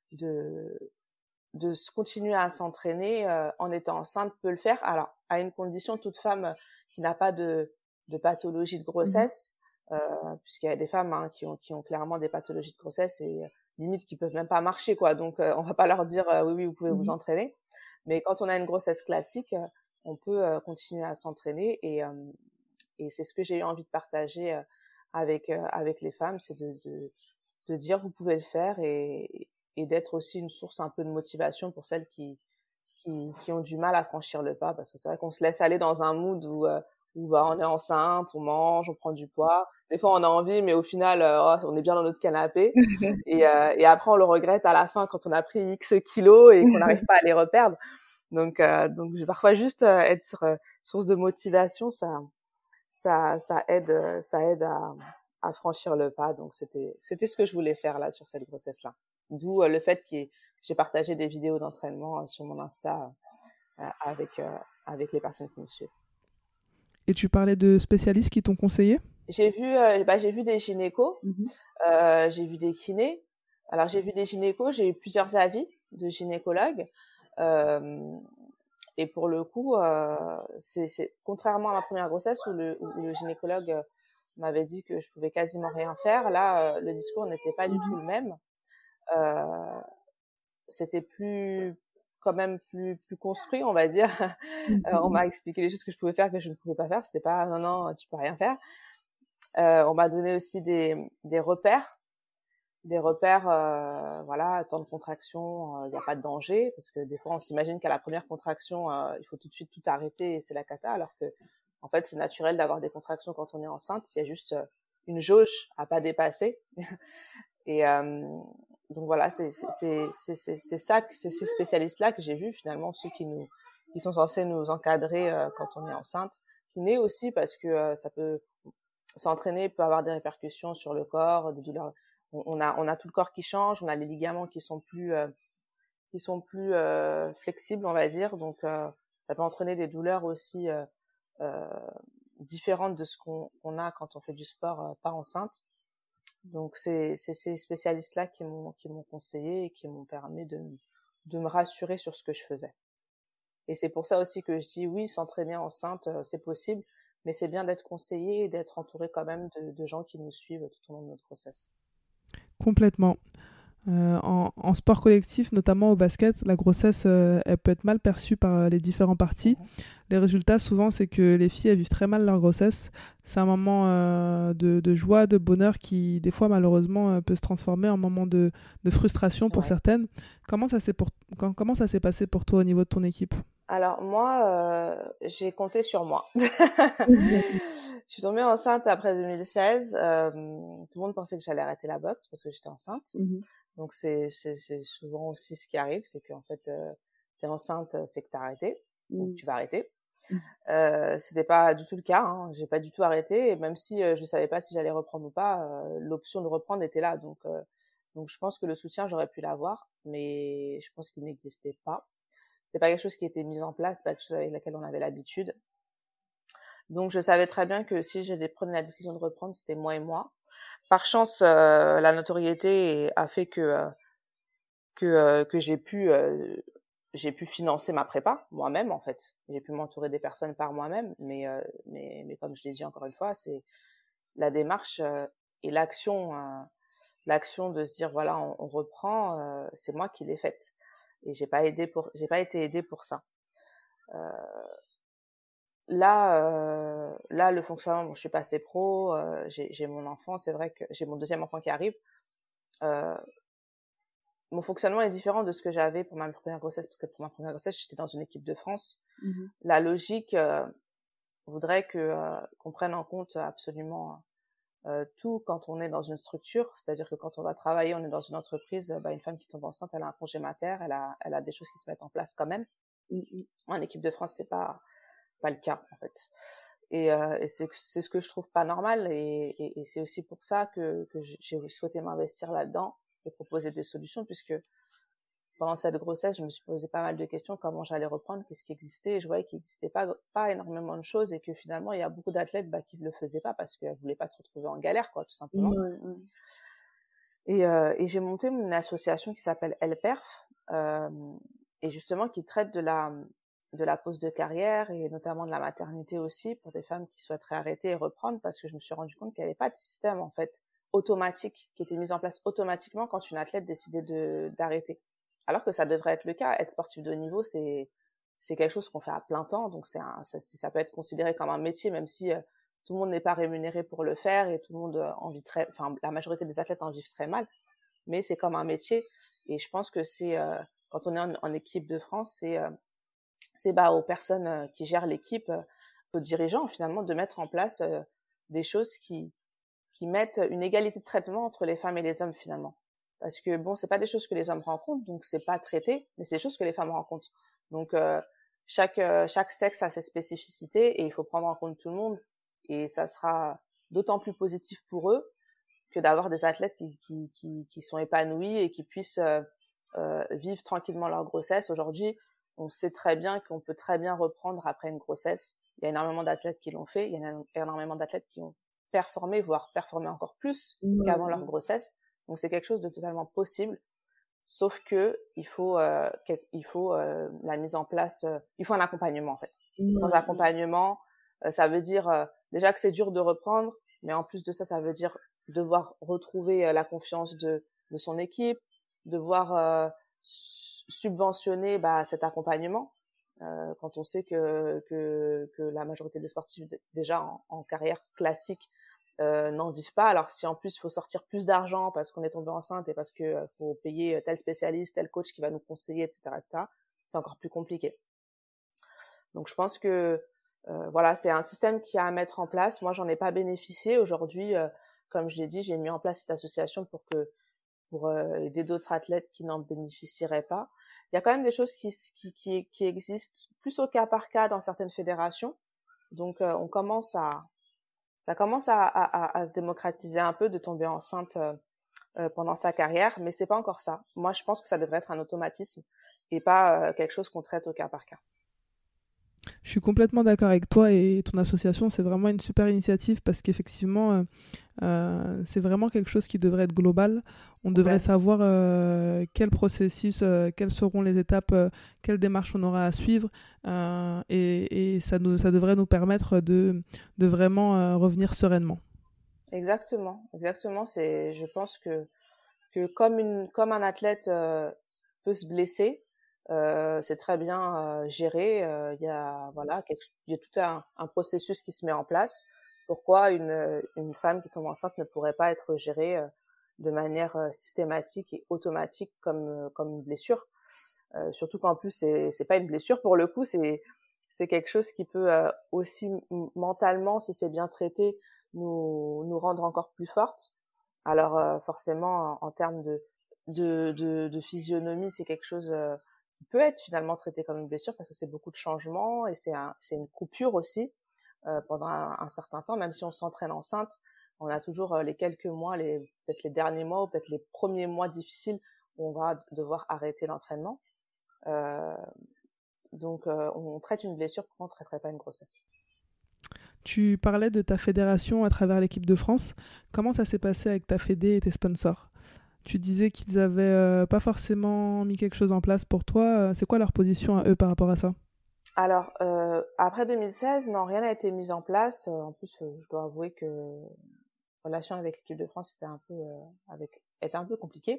Speaker 10: de de continuer à s'entraîner euh, en étant enceinte peut le faire. Alors, à une condition, toute femme euh, qui n'a pas de, de pathologie de grossesse, mmh. euh, puisqu'il y a des femmes hein, qui ont qui ont clairement des pathologies de grossesse et euh, limite qui peuvent même pas marcher, quoi. Donc, euh, on va pas leur dire euh, oui, oui, vous pouvez mmh. vous entraîner. Mais quand on a une grossesse classique, euh, on peut euh, continuer à s'entraîner et euh, et c'est ce que j'ai eu envie de partager euh, avec euh, avec les femmes, c'est de, de de dire vous pouvez le faire et et d'être aussi une source un peu de motivation pour celles qui qui qui ont du mal à franchir le pas, parce que c'est vrai qu'on se laisse aller dans un mood où euh, où bah on est enceinte, on mange, on prend du poids. Des fois on a envie, mais au final euh, oh, on est bien dans notre canapé et euh, et après on le regrette à la fin quand on a pris X kilos et qu'on n'arrive pas à les reperdre. Donc euh, donc parfois juste euh, être sur, euh, source de motivation, ça ça ça aide ça aide à à franchir le pas. Donc c'était c'était ce que je voulais faire là sur cette grossesse là. D'où euh, le fait que j'ai partagé des vidéos d'entraînement euh, sur mon Insta euh, avec euh, avec les personnes qui me suivent.
Speaker 1: Et tu parlais de spécialistes qui t'ont conseillé ?
Speaker 10: J'ai vu euh, bah j'ai vu des gynécos, mm-hmm. euh, j'ai vu des kinés. Alors j'ai vu des gynécos, j'ai eu plusieurs avis de gynécologues. Euh, et pour le coup, euh, c'est, c'est contrairement à ma première grossesse où le, où le gynécologue euh, m'avait dit que je pouvais quasiment rien faire. Là, euh, le discours n'était pas du tout le même. Euh, c'était plus quand même plus plus construit, on va dire. euh, on m'a expliqué les choses que je pouvais faire que je ne pouvais pas faire. C'était pas non non tu peux rien faire. Euh, on m'a donné aussi des des repères, des repères. Euh, voilà, temps de contraction, il euh, n'y a pas de danger parce que des fois on s'imagine qu'à la première contraction euh, il faut tout de suite tout arrêter et c'est la cata, alors que en fait c'est naturel d'avoir des contractions quand on est enceinte. Il y a juste une jauge à pas dépasser. et euh, donc voilà, c'est c'est c'est c'est c'est, c'est ça que c'est ces spécialistes là que j'ai vu finalement, ceux qui nous qui sont censés nous encadrer euh, quand on est enceinte, kiné aussi parce que euh, ça peut s'entraîner peut avoir des répercussions sur le corps, des douleurs. On, on a on a tout le corps qui change, on a les ligaments qui sont plus euh, qui sont plus euh, flexibles, on va dire, donc euh, ça peut entraîner des douleurs aussi euh, euh, différente de ce qu'on, qu'on a quand on fait du sport euh, pas enceinte. Donc c'est, c'est ces spécialistes-là qui m'ont, qui m'ont conseillé et qui m'ont permis de, de me rassurer sur ce que je faisais. Et c'est pour ça aussi que je dis oui, s'entraîner enceinte, euh, c'est possible, mais c'est bien d'être conseillé et d'être entouré quand même de, de gens qui nous suivent tout au long de notre grossesse.
Speaker 1: Complètement. Euh, en, en sport collectif, notamment au basket, la grossesse, euh, elle peut être mal perçue par les différentes parties. Mmh. Les résultats, souvent, c'est que les filles, elles vivent très mal leur grossesse. C'est un moment euh, de, de joie, de bonheur qui, des fois, malheureusement, euh, peut se transformer en moment de, de frustration pour ouais. certaines. Comment ça, s'est pour... Comment ça s'est passé pour toi au niveau de ton équipe ?
Speaker 10: Alors moi, euh, j'ai compté sur moi. Je suis tombée enceinte après deux mille seize. Euh, tout le monde pensait que j'allais arrêter la boxe parce que j'étais enceinte. Mm-hmm. Donc c'est, c'est, c'est souvent aussi ce qui arrive, c'est qu'en fait, euh, t'es enceinte, c'est que t'as arrêté, mm-hmm. donc tu vas arrêter. Mm-hmm. Euh, c'était pas du tout le cas. Hein. J'ai pas du tout arrêté, et même si euh, je savais pas si j'allais reprendre ou pas, euh, l'option de reprendre était là. Donc, euh, donc je pense que le soutien j'aurais pu l'avoir, mais je pense qu'il n'existait pas. C'est pas quelque chose qui était mis en place, c'est pas quelque chose avec laquelle on avait l'habitude. Donc je savais très bien que si je prenais la décision de reprendre, c'était moi et moi. Par chance, euh, la notoriété a fait que euh, que euh, que j'ai pu euh, j'ai pu financer ma prépa moi-même en fait. J'ai pu m'entourer des personnes par moi-même, mais euh, mais mais comme je l'ai dit encore une fois, c'est la démarche euh, et l'action euh, l'action de se dire voilà, on, on reprend, euh, c'est moi qui l'ai faite. Et j'ai pas aidé pour, j'ai pas été aidée pour ça. Euh, là, euh, là, le fonctionnement, bon, je suis passée pro, euh, j'ai, j'ai mon enfant, c'est vrai que j'ai mon deuxième enfant qui arrive. Euh, mon fonctionnement est différent de ce que j'avais pour ma première grossesse, parce que pour ma première grossesse, j'étais dans une équipe de France. Mm-hmm. La logique euh, voudrait que euh, qu'on prenne en compte absolument Euh, tout quand on est dans une structure, c'est-à-dire que quand on va travailler, on est dans une entreprise, bah, une femme qui tombe enceinte, elle a un congé mater, elle a, elle a des choses qui se mettent en place quand même. Mm-hmm. En équipe de France, c'est pas, pas le cas, en fait. Et, euh, et c'est, c'est ce que je trouve pas normal, et, et, et c'est aussi pour ça que, que j'ai souhaité m'investir là-dedans et proposer des solutions, puisque pendant cette grossesse, je me suis posé pas mal de questions, comment j'allais reprendre, qu'est-ce qui existait, et je voyais qu'il n'existait pas, pas énormément de choses, et que finalement, il y a beaucoup d'athlètes bah, qui ne le faisaient pas parce qu'elles ne voulaient pas se retrouver en galère, quoi, tout simplement. Mmh, mmh. Et, euh, et j'ai monté une association qui s'appelle L-Perf, euh, et justement qui traite de la, de la pause de carrière, et notamment de la maternité aussi, pour des femmes qui souhaiteraient arrêter et reprendre, parce que je me suis rendu compte qu'il n'y avait pas de système, en fait, automatique, qui était mis en place automatiquement quand une athlète décidait de, d'arrêter. Alors que ça devrait être le cas. Être sportif de haut niveau, c'est c'est quelque chose qu'on fait à plein temps, donc c'est un, ça, ça peut être considéré comme un métier, même si euh, tout le monde n'est pas rémunéré pour le faire et tout le monde euh, en vit très, enfin la majorité des athlètes en vivent très mal, mais c'est comme un métier. Et je pense que c'est euh, quand on est en, en équipe de France, c'est euh, c'est bah aux personnes euh, qui gèrent l'équipe, euh, aux dirigeants finalement, de mettre en place euh, des choses qui qui mettent une égalité de traitement entre les femmes et les hommes finalement. Parce que bon, c'est pas des choses que les hommes rencontrent, donc c'est pas traité, mais c'est des choses que les femmes rencontrent. Donc euh, chaque euh, chaque sexe a ses spécificités et il faut prendre en compte tout le monde. Et ça sera d'autant plus positif pour eux que d'avoir des athlètes qui qui qui, qui sont épanouis et qui puissent euh, euh, vivre tranquillement leur grossesse. Aujourd'hui, on sait très bien qu'on peut très bien reprendre après une grossesse. Il y a énormément d'athlètes qui l'ont fait, il y a énormément d'athlètes qui ont performé, voire performé encore plus mmh. qu'avant leur grossesse. Donc c'est quelque chose de totalement possible, sauf que il faut euh, il faut euh, la mise en place, euh, il faut un accompagnement en fait. Mmh. Sans accompagnement, euh, ça veut dire euh, déjà que c'est dur de reprendre, mais en plus de ça, ça veut dire devoir retrouver euh, la confiance de de son équipe, devoir euh, subventionner bah cet accompagnement. Euh, quand on sait que que que la majorité des sportifs d- déjà en, en carrière classique Euh, n'en vivent pas. Alors si en plus il faut sortir plus d'argent parce qu'on est tombé enceinte et parce que euh, faut payer tel spécialiste, tel coach qui va nous conseiller, et cetera, et cetera, c'est encore plus compliqué. Donc je pense que euh, voilà, c'est un système qui a à mettre en place. Moi, j'en ai pas bénéficié aujourd'hui. Euh, comme je l'ai dit, j'ai mis en place cette association pour que pour euh, aider d'autres athlètes qui n'en bénéficieraient pas. Il y a quand même des choses qui qui qui, qui existent plus au cas par cas dans certaines fédérations. Donc euh, on commence à Ça commence à, à, à se démocratiser un peu de tomber enceinte euh, euh, pendant sa carrière, mais c'est pas encore ça. Moi, je pense que ça devrait être un automatisme et pas euh, quelque chose qu'on traite au cas par cas.
Speaker 1: Je suis complètement d'accord avec toi et ton association, c'est vraiment une super initiative parce qu'effectivement, euh, euh, c'est vraiment quelque chose qui devrait être global. On devrait ouais. savoir euh, quel processus, euh, quelles seront les étapes, euh, quelles démarches on aura à suivre euh, et, et ça, nous, ça devrait nous permettre de, de vraiment euh, revenir sereinement.
Speaker 10: Exactement, exactement. C'est, je pense que, que comme, une, comme un athlète euh, peut se blesser, Euh, c'est très bien euh, géré. Il euh, y a voilà, il y a tout un, un processus qui se met en place. Pourquoi une une femme qui tombe enceinte ne pourrait pas être gérée euh, de manière euh, systématique et automatique comme euh, comme une blessure. Euh, surtout qu'en plus c'est c'est pas une blessure pour le coup, c'est c'est quelque chose qui peut euh, aussi m- mentalement, si c'est bien traité, nous nous rendre encore plus fortes. Alors euh, forcément en, en termes de de de, de physionomie, c'est quelque chose euh, peut être finalement traité comme une blessure parce que c'est beaucoup de changements et c'est un, c'est une coupure aussi euh, pendant un, un certain temps. Même si on s'entraîne enceinte, on a toujours euh, les quelques mois, les peut-être les derniers mois ou peut-être les premiers mois difficiles où on va devoir arrêter l'entraînement. Euh, donc euh, on traite une blessure, pourquoi on ne traiterait pas une grossesse?
Speaker 1: Tu parlais de ta fédération à travers l'équipe de France. Comment ça s'est passé avec ta fédé et tes sponsors? Tu disais qu'ils avaient euh, pas forcément mis quelque chose en place pour toi. C'est quoi leur position à eux par rapport à ça?
Speaker 10: Alors, euh, après deux mille seize, non, rien n'a été mis en place. En plus, je dois avouer que la relation avec l'équipe de France était un peu, euh, avec, était un peu compliquée.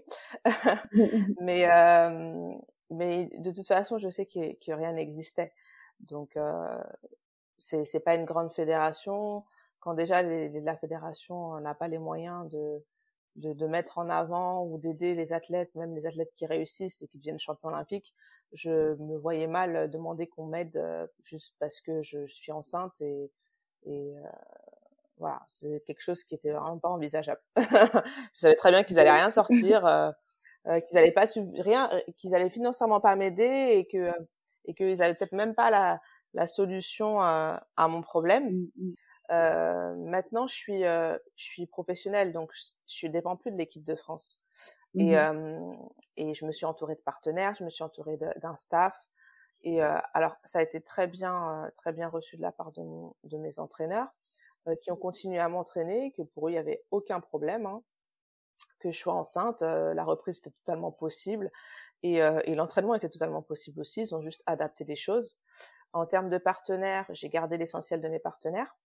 Speaker 10: mais, euh, mais de toute façon, je sais que, que rien n'existait. Donc, euh, c'est, c'est pas une grande fédération. Quand déjà les, les, la fédération n'a pas les moyens de De, de mettre en avant ou d'aider les athlètes, même les athlètes qui réussissent et qui deviennent champions olympiques, je me voyais mal demander qu'on m'aide euh, juste parce que je, je suis enceinte et, et euh, voilà, c'est quelque chose qui était vraiment pas envisageable. Je savais très bien qu'ils allaient rien sortir, euh, euh, qu'ils allaient pas su- rien, qu'ils allaient financièrement pas m'aider et que et qu'ils avaient peut-être même pas la la solution à, à mon problème. Euh, maintenant, je suis, euh, je suis professionnelle, donc je, je dépends plus de l'équipe de France. Mmh. Et, euh, et je me suis entourée de partenaires, je me suis entourée de, d'un staff. Et euh, alors, ça a été très bien, euh, très bien reçu de la part de, mon, de mes entraîneurs, euh, qui ont continué à m'entraîner, que pour eux, il y avait aucun problème, hein, que je sois enceinte, euh, la reprise était totalement possible. Et, euh, et l'entraînement était totalement possible aussi. Ils ont juste adapté des choses. En termes de partenaires, j'ai gardé l'essentiel de mes partenaires.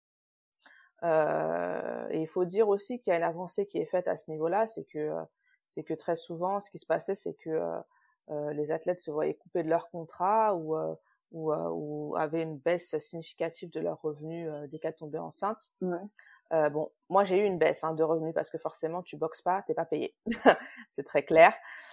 Speaker 10: Euh, et il faut dire aussi qu'il y a une avancée qui est faite à ce niveau-là, c'est que c'est que très souvent, ce qui se passait, c'est que euh, les athlètes se voyaient couper de leur contrat ou euh, ou, euh, ou avaient une baisse significative de leurs revenus euh, dès qu'elles tombaient enceintes. Ouais. Euh, bon, moi j'ai eu une baisse hein, de revenus parce que forcément tu boxes pas, t'es pas payé, c'est très clair.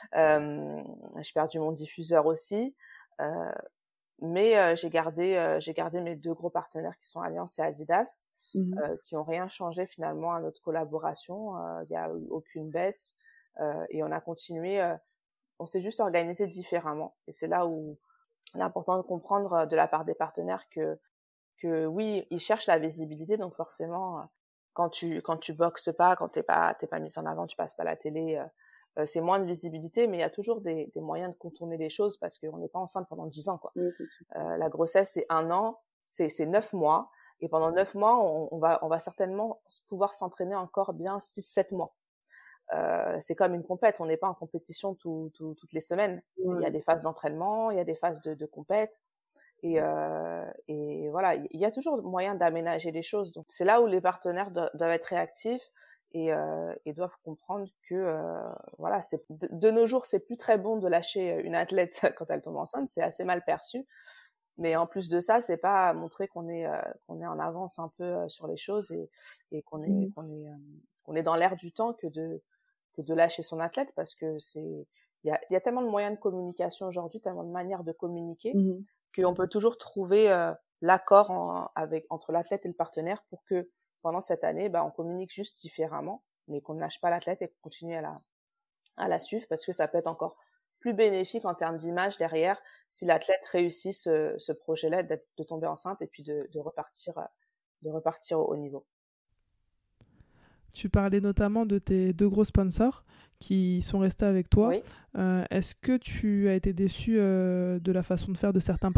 Speaker 10: Euh, j'ai perdu mon diffuseur aussi. Euh, mais euh, j'ai gardé euh, j'ai gardé mes deux gros partenaires qui sont Allianz et Adidas. Mmh. Euh, qui ont rien changé finalement à notre collaboration. Il euh, y a eu aucune baisse euh, et on a continué. Euh, on s'est juste organisé différemment. Et c'est là où il est important de comprendre de la part des partenaires que que oui, ils cherchent la visibilité. Donc forcément, quand tu quand tu boxes pas, quand t'es pas t'es pas mis en avant, tu passes pas à la télé. Euh, c'est moins de visibilité, mais il y a toujours des, des moyens de contourner les choses parce qu'on n'est pas enceinte pendant dix ans, quoi. Oui, c'est sûr. Euh, la grossesse, c'est un an, c'est c'est neuf mois. Et pendant neuf mois, on, on va, on va certainement pouvoir s'entraîner encore bien six, sept mois. Euh, c'est comme une compète. On n'est pas en compétition tout, tout, toutes les semaines. Ouais. Il y a des phases d'entraînement, il y a des phases de, de compète. Et, euh, et voilà, il y a toujours moyen d'aménager les choses. Donc, c'est là où les partenaires do- doivent être réactifs et, euh, et doivent comprendre que, euh, voilà, c'est, de, de nos jours, c'est plus très bon de lâcher une athlète quand elle tombe enceinte. C'est assez mal perçu. Mais en plus de ça, c'est pas montrer qu'on est euh, qu'on est en avance un peu euh, sur les choses et et qu'on est mmh. qu'on est euh, qu'on est dans l'air du temps que de que de lâcher son athlète parce que c'est il y a il y a tellement de moyens de communication aujourd'hui, tellement de manières de communiquer mmh. qu'on peut toujours trouver euh, l'accord en, avec entre l'athlète et le partenaire pour que pendant cette année, bah on communique juste différemment, mais qu'on ne lâche pas l'athlète et qu'on continue à la à la suivre parce que ça peut être encore plus bénéfique en termes d'image derrière si l'athlète réussit ce, ce projet-là d'être, de tomber enceinte et puis de, de repartir de repartir au haut niveau.
Speaker 1: Tu parlais notamment de tes deux gros sponsors qui sont restés avec toi.
Speaker 10: Oui.
Speaker 1: Euh, est-ce que tu as été déçue euh, de la façon de faire de certains partenaires ?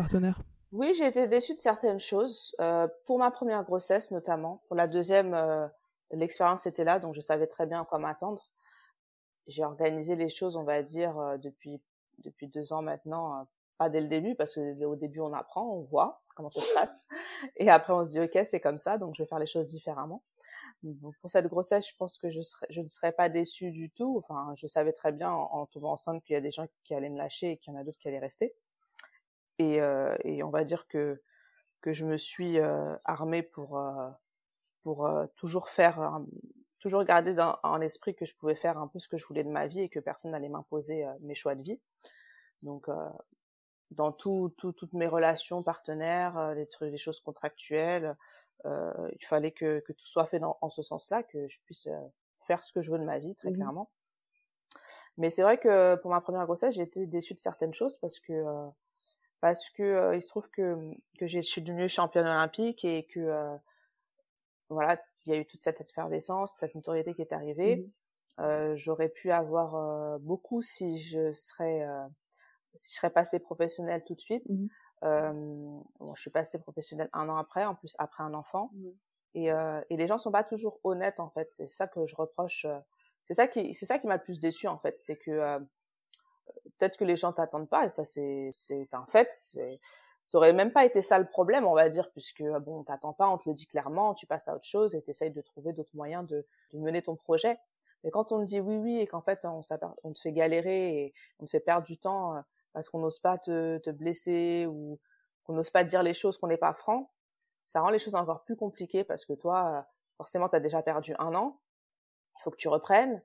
Speaker 10: Oui, j'ai été déçue de certaines choses. Euh, pour ma première grossesse, notamment. Pour la deuxième, euh, l'expérience était là, donc je savais très bien à quoi m'attendre. J'ai organisé les choses, on va dire, euh, depuis depuis deux ans maintenant. Euh, pas dès le début, parce que au début, on apprend, on voit comment ça se passe. Et après, on se dit, OK, c'est comme ça, donc je vais faire les choses différemment. Donc, pour cette grossesse, je pense que je, serais, je ne serais pas déçue du tout. Enfin, je savais très bien, en, en tombant enceinte, qu'il y a des gens qui allaient me lâcher et qu'il y en a d'autres qui allaient rester. Et, euh, et on va dire que que je me suis euh, armée pour euh, pour euh, toujours faire euh, toujours garder dans, en esprit que je pouvais faire un peu ce que je voulais de ma vie et que personne n'allait m'imposer euh, mes choix de vie. Donc euh, dans tout, tout toutes mes relations partenaires, euh, les trucs, les choses contractuelles, euh, il fallait que que tout soit fait dans, en ce sens-là, que je puisse euh, faire ce que je veux de ma vie, très mmh. clairement. Mais c'est vrai que pour ma première grossesse, j'ai été déçue de certaines choses parce que euh, parce que euh, il se trouve que que j'ai, je suis devenue championne olympique et que euh, voilà, il y a eu toute cette effervescence, cette notoriété qui est arrivée. Mmh. Euh, j'aurais pu avoir euh, beaucoup si je serais euh, si je serais passée professionnelle tout de suite. Mmh. Euh, bon, je suis passée professionnelle un an après, en plus après un enfant. Mmh. Et euh, et les gens sont pas toujours honnêtes en fait. C'est ça que je reproche. Euh, c'est ça qui c'est ça qui m'a le plus déçue en fait, c'est que euh, peut-être que les gens t'attendent pas et ça c'est c'est un fait. C'est, ça aurait même pas été ça le problème, on va dire, puisque bon, on t'attend pas, on te le dit clairement, tu passes à autre chose et t'essayes de trouver d'autres moyens de, de mener ton projet. Mais quand on te dit oui oui et qu'en fait on, on te fait galérer et on te fait perdre du temps parce qu'on n'ose pas te, te blesser ou qu'on n'ose pas dire les choses, qu'on n'est pas franc, ça rend les choses encore plus compliquées parce que toi, forcément, t'as déjà perdu un an, il faut que tu reprennes.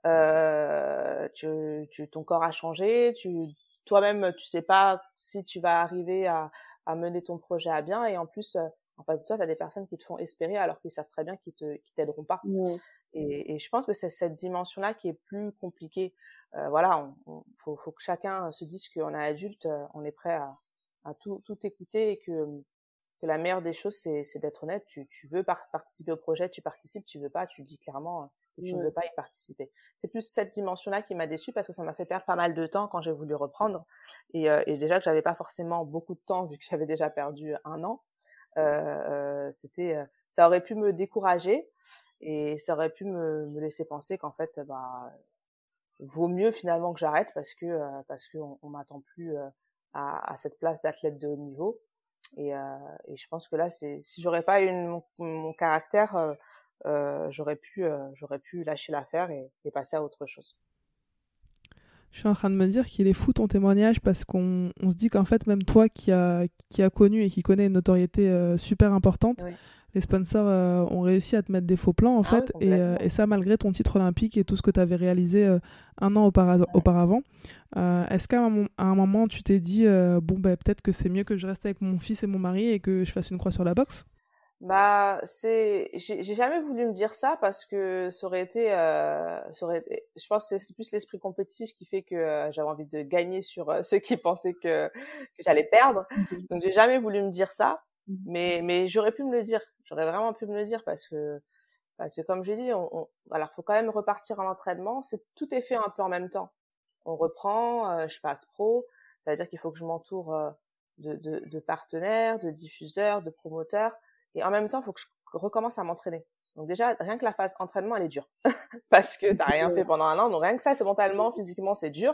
Speaker 10: Euh, tu, tu, ton corps a changé, tu, toi-même, tu sais pas si tu vas arriver à, à mener ton projet à bien, et en plus, en face de toi, t'as des personnes qui te font espérer alors qu'ils savent très bien qu'ils te, qu'ils t'aideront pas. Mmh. Et, et je pense que c'est cette dimension-là qui est plus compliquée. Euh, voilà, on, on, faut, faut que chacun se dise qu'on est adulte, on est prêt à, à tout, tout écouter et que, que la meilleure des choses, c'est, c'est d'être honnête. Tu, tu veux par- participer au projet, tu participes, tu veux pas, tu le dis clairement. Que tu ouais. ne veux pas y participer. C'est plus cette dimension-là qui m'a déçue parce que ça m'a fait perdre pas mal de temps quand j'ai voulu reprendre. Et, euh, et déjà que j'avais pas forcément beaucoup de temps vu que j'avais déjà perdu un an, euh, euh, c'était, euh, ça aurait pu me décourager et ça aurait pu me, me laisser penser qu'en fait, bah, vaut mieux finalement que j'arrête parce que euh, parce que on, on m'attend plus euh, à, à cette place d'athlète de haut niveau. Et, euh, et je pense que là, c'est si j'aurais pas eu mon, mon caractère euh, Euh, j'aurais pu euh, j'aurais pu lâcher l'affaire et, et passer à autre chose.
Speaker 1: Je suis en train de me dire qu'il est fou ton témoignage parce qu'on on se dit qu'en fait même toi qui a qui a connu et qui connaît une notoriété euh, super importante, oui. les sponsors euh, ont réussi à te mettre des faux plans en ah fait oui, et, euh, et ça malgré ton titre olympique et tout ce que tu avais réalisé euh, un an aupara- ouais. auparavant. Euh, est-ce qu'à un, à un moment tu t'es dit euh, bon ben bah, peut-être que c'est mieux que je reste avec mon fils et mon mari et que je fasse une croix sur la boxe?
Speaker 10: Bah, c'est, j'ai, j'ai jamais voulu me dire ça parce que ça aurait été, euh, ça aurait été, je pense que c'est plus l'esprit compétitif qui fait que euh, j'avais envie de gagner sur euh, ceux qui pensaient que, que j'allais perdre. Donc j'ai jamais voulu me dire ça, mais mais j'aurais pu me le dire, j'aurais vraiment pu me le dire parce que parce que comme j'ai dit, on, on, alors faut quand même repartir en entraînement, c'est tout est fait un peu en même temps. On reprend, euh, je passe pro, c'est-à-dire qu'il faut que je m'entoure euh, de, de de partenaires, de diffuseurs, de promoteurs. Et en même temps, il faut que je recommence à m'entraîner. Donc déjà, rien que la phase entraînement, elle est dure. Parce que t'as rien fait pendant un an. Donc rien que ça, c'est mentalement, physiquement, c'est dur.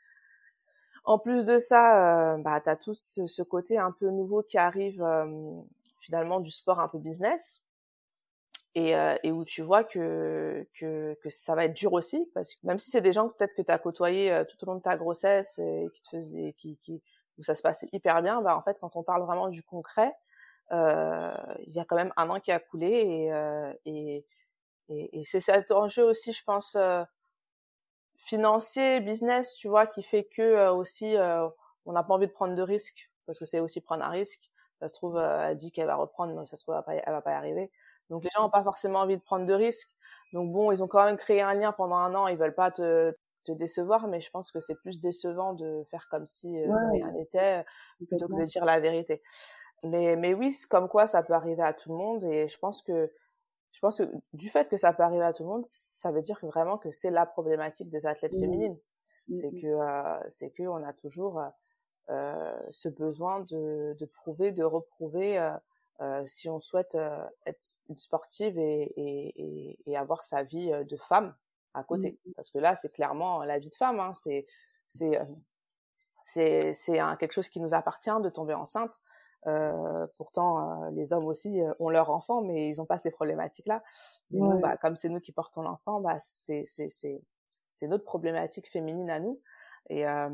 Speaker 10: En plus de ça, euh, bah, t'as tout ce, ce côté un peu nouveau qui arrive, euh, finalement, du sport un peu business. Et, euh, et où tu vois que, que, que ça va être dur aussi. Parce que même si c'est des gens peut-être que t'as côtoyé euh, tout au long de ta grossesse et qui te faisaient, qui, qui, où ça se passait hyper bien, bah, en fait, quand on parle vraiment du concret, Euh, il y a quand même un an qui a coulé et, euh, et, et, et c'est cet enjeu aussi, je pense, euh, financier, business, tu vois, qui fait que euh, aussi euh, on n'a pas envie de prendre de risques parce que c'est aussi prendre un risque. Ça se trouve, euh, elle dit qu'elle va reprendre, mais ça se trouve, elle va pas, elle va pas y arriver. Donc les gens n'ont pas forcément envie de prendre de risques. Donc bon, ils ont quand même créé un lien pendant un an. Ils veulent pas te, te décevoir, mais je pense que c'est plus décevant de faire comme si euh, ouais, rien n'était plutôt que de dire la vérité. Mais, mais oui, comme quoi ça peut arriver à tout le monde et je pense que, je pense que du fait que ça peut arriver à tout le monde, ça veut dire que vraiment que c'est la problématique des athlètes mmh. féminines. Mmh. C'est que, euh, c'est que on a toujours euh, ce besoin de, de prouver, de reprouver euh, euh, si on souhaite euh, être une sportive et, et, et, et avoir sa vie de femme à côté. Mmh. Parce que là, c'est clairement la vie de femme. Hein, c'est c'est c'est c'est un, quelque chose qui nous appartient de tomber enceinte. Euh, pourtant, euh, les hommes aussi euh, ont leurs enfants, mais ils n'ont pas ces problématiques-là. Mais ouais. nous, bah, comme c'est nous qui portons l'enfant, bah, c'est c'est c'est c'est notre problématique féminine à nous. Et euh,